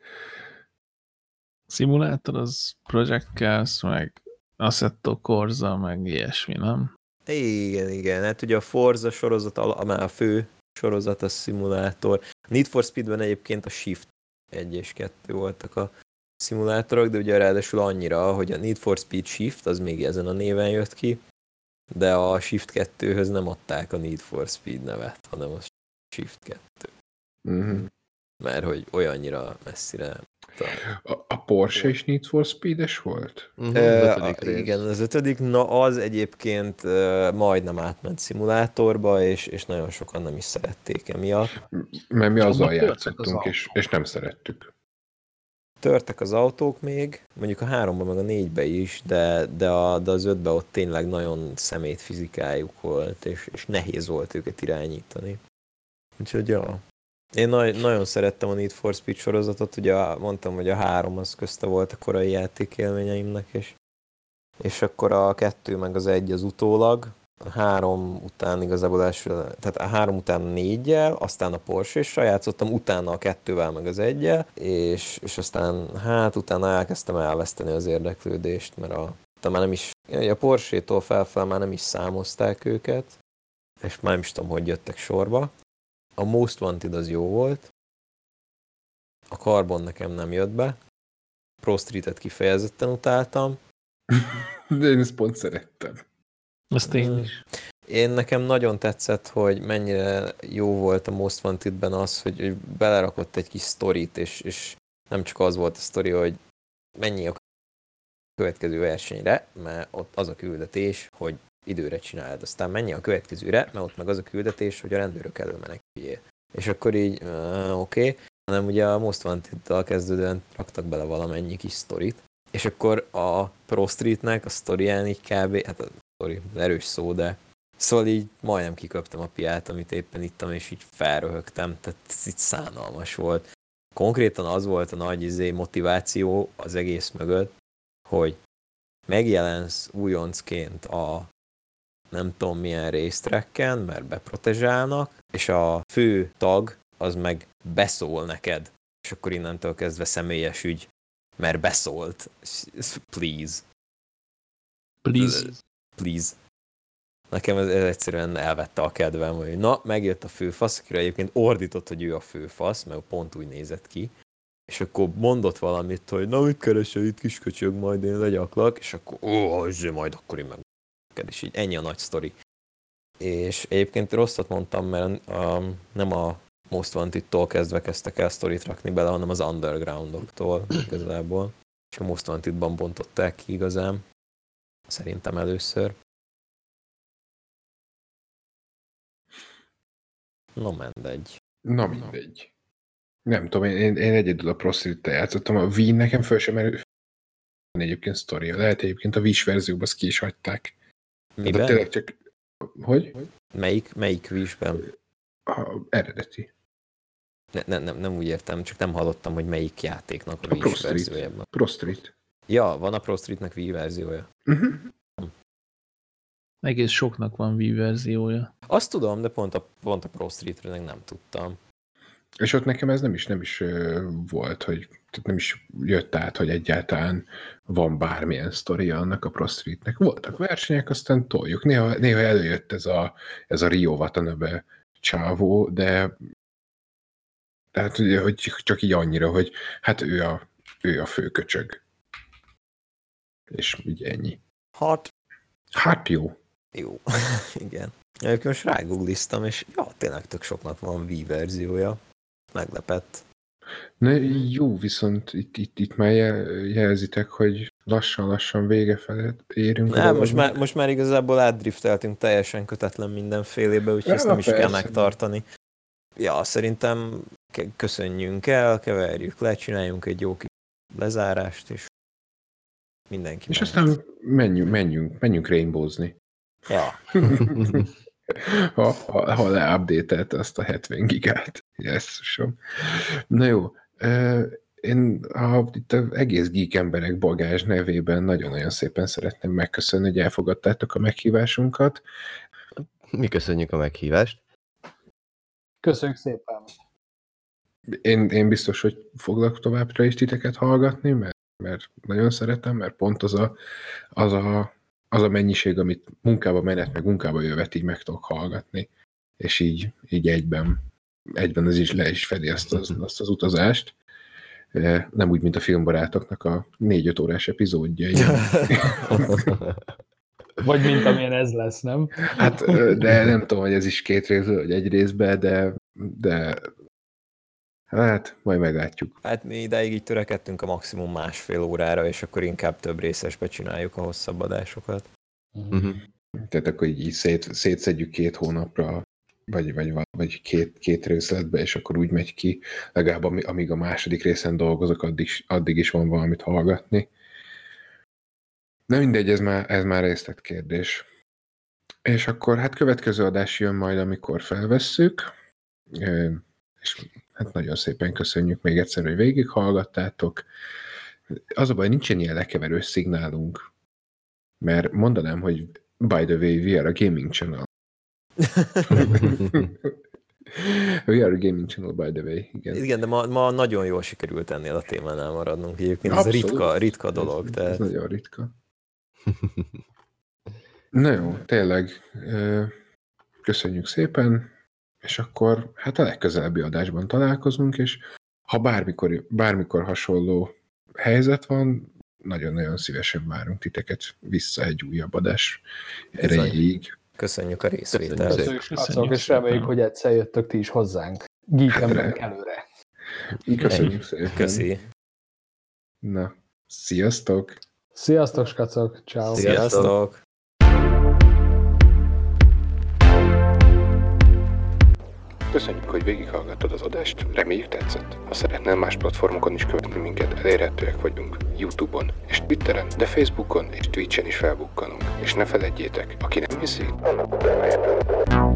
Szimulátor az Project Cars, meg Assetto Corsa, meg ilyesmi, nem? Igen. Hát ugye a Forza sorozat, a fő sorozat a szimulátor. Need for Speedben egyébként a Shift 1 és 2 voltak a szimulátorok, de ugye ráadásul annyira, hogy a Need for Speed Shift az még ezen a néven jött ki, de a Shift 2-höz nem adták a Need for Speed nevet, hanem a Shift 2. Uh-huh. Mert hogy olyannyira messzire. A Porsche is Need for Speed-es volt? Igen, az 5. Na az egyébként majdnem átment szimulátorba, és nagyon sokan nem is szerették emiatt. Mert mi azzal játszottunk, és nem szerettük. Törtek az autók még, mondjuk a 3-ban meg a 4-ben is, de az 5-ben ott tényleg nagyon szemét fizikájuk volt, és nehéz volt őket irányítani. Úgyhogy ja. Én nagyon szerettem a Need for Speed sorozatot, ugye mondtam, hogy a 3 az közte volt a korai játékélményeimnek, és akkor a 2 meg az 1 az utólag, a 3 után igazából tehát a 3 után a 4-jel, aztán a Porsche-sal játszottam, utána a 2-vel meg az 1-jel, és aztán hát utána elkezdtem elveszteni az érdeklődést, mert már nem is, a Porsche-tól felfel már nem is számozták őket, és már nem is tudom, hogy jöttek sorba. A Most Wanted az jó volt, a Carbon nekem nem jött be, Pro Street-et kifejezetten utáltam. De én ezt pont szerettem. Azt én is. Nekem nagyon tetszett, hogy mennyire jó volt a Most Wanted-ben az, hogy belerakott egy kis sztorit, és nem csak az volt a sztori, hogy mennyi a következő versenyre, mert ott az a küldetés, hogy időre csináld, aztán menj a következőre, mert ott meg az a küldetés, hogy a rendőrök elől meneküljél. És akkor így, oké. Hanem ugye a Most Wanted-dal kezdődően raktak bele valamennyi kis sztorit, és akkor a Pro Streetnek a sztorián így kb. Hát a sztori erős szó, de szóval így majdnem kiköptem a piát, amit éppen ittam, és így felröhögtem, tehát ez így szánalmas volt. Konkrétan az volt a nagy motiváció az egész mögött, hogy megjelensz újoncként a nem tudom milyen racetracken, mert beprotezsálnak, és a fő tag az meg beszól neked, és akkor innentől kezdve személyes ügy, mert beszólt. Please. Nekem ez egyszerűen elvette a kedvem, hogy na, megjött a főfasz, akire egyébként ordított, hogy ő a főfasz, mert pont úgy nézett ki, és akkor mondott valamit, hogy na, mit keresel itt, kisköcsög, majd én legyaklak, és akkor azért majd akkor én meg. És így ennyi a nagy sztori. És egyébként rosszat mondtam, mert nem a Most Wanted-tól kezdve kezdtek el sztorit rakni bele, hanem az Undergroundoktól igazából. És a Most Wanted-ban bontották ki igazán. Szerintem először. Na mindegy. Nem tudom, én egyedül a Pro Street-tel játszottam. A Wii nekem föl sem merül egyébként sztoria. Lehet egyébként a Wii-s verzióban azt ki is hagyták. Miben? Tényleg csak... Hogy? Melyik Wii-sben? A eredeti. Nem úgy értem, csak nem hallottam, hogy melyik játéknak a Wii-s verziójában. Pro Street. Ja, van a Pro Streetnek Wii verziója. Egész soknak van Wii verziója. Azt tudom, de pont a Pro Streetre nem tudtam. És ott nekem ez nem is volt, hogy nem is jött át, hogy egyáltalán van bármilyen sztoria annak a Pro Streetnek. Voltak versenyek, aztán toljuk. Néha előjött ez a Rio Watanabe csávó, de tehát, hogy csak így annyira, hogy hát ő a főköcsög. És így ennyi. Hát jó. Jó, igen. Egyébként most rágoogliztam, és tényleg tök soknak van Wii verziója. Meglepett. Na jó, viszont itt már jelzitek, hogy lassan vége felé érünk. Most már igazából átdrifteltünk teljesen kötetlen mindenfélébe, úgyhogy ezt nem is kell megtartani. Ja, szerintem köszönjünk el, keverjük le, csináljunk egy jó kis lezárást, és mindenki. És aztán menjünk rainbowzni. Ja. ha leupdate-elte azt a 70 gigát. Jesszusom. Na jó. Én itt az egész Geek Emberek Bagázs nevében nagyon-nagyon szépen szeretném megköszönni, hogy elfogadtátok a meghívásunkat. Mi köszönjük a meghívást. Köszönjük szépen. Én biztos, hogy foglak továbbra is titeket hallgatni, mert nagyon szeretem, mert pont az a mennyiség, amit munkába menet, meg munkába jövet, így meg tudok hallgatni. És így egyben az is le is fedi azt az utazást. Nem úgy, mint a filmbarátoknak a 4-5 órás epizódja. Vagy mint amilyen ez lesz, nem? Hát, de nem tudom, hogy ez is 2 részből, vagy 1 részben, de hát majd meglátjuk. Hát mi idáig így törekedtünk a maximum 1,5 órára, és akkor inkább több részesbe csináljuk a hosszabb adásokat. Tehát akkor így szétszedjük 2 hónapra, vagy két részletbe, és akkor úgy megy ki, legalább amíg a második részen dolgozok, addig is van valamit hallgatni. De mindegy, ez már részletkérdés. És akkor hát következő adás jön majd, amikor felvesszük, és hát nagyon szépen köszönjük még egyszer, hogy végighallgattátok. Az a baj, nincsen ilyen lekeverős szignálunk, mert mondanám, hogy by the way, we are a gaming channel. We are a gaming channel, by the way. Igen, de ma nagyon jól sikerült ennél a témánál maradnunk. Egyébként ez ritka dolog. Tehát... Ez nagyon ritka. Na jó, tényleg köszönjük szépen, és akkor hát a legközelebbi adásban találkozunk, és ha bármikor hasonló helyzet van, nagyon-nagyon szívesen várunk titeket vissza egy újabb adás erejéig. Köszönjük a részvételt. Köszönjük, és reméljük, hogy egyszer jöttök ti is hozzánk. Geek emberek előre. Köszönjük szépen. Köszi. Na, sziasztok! Sziasztok, skacok! Ciao. Sziasztok! Köszönjük, hogy végighallgattad az adást, reméljük tetszett. Ha szeretnél más platformokon is követni minket, elérhetőek vagyunk YouTube-on és Twitteren, de Facebookon és Twitchen is felbukkanunk. És ne feledjétek, aki nem hiszi, annak utána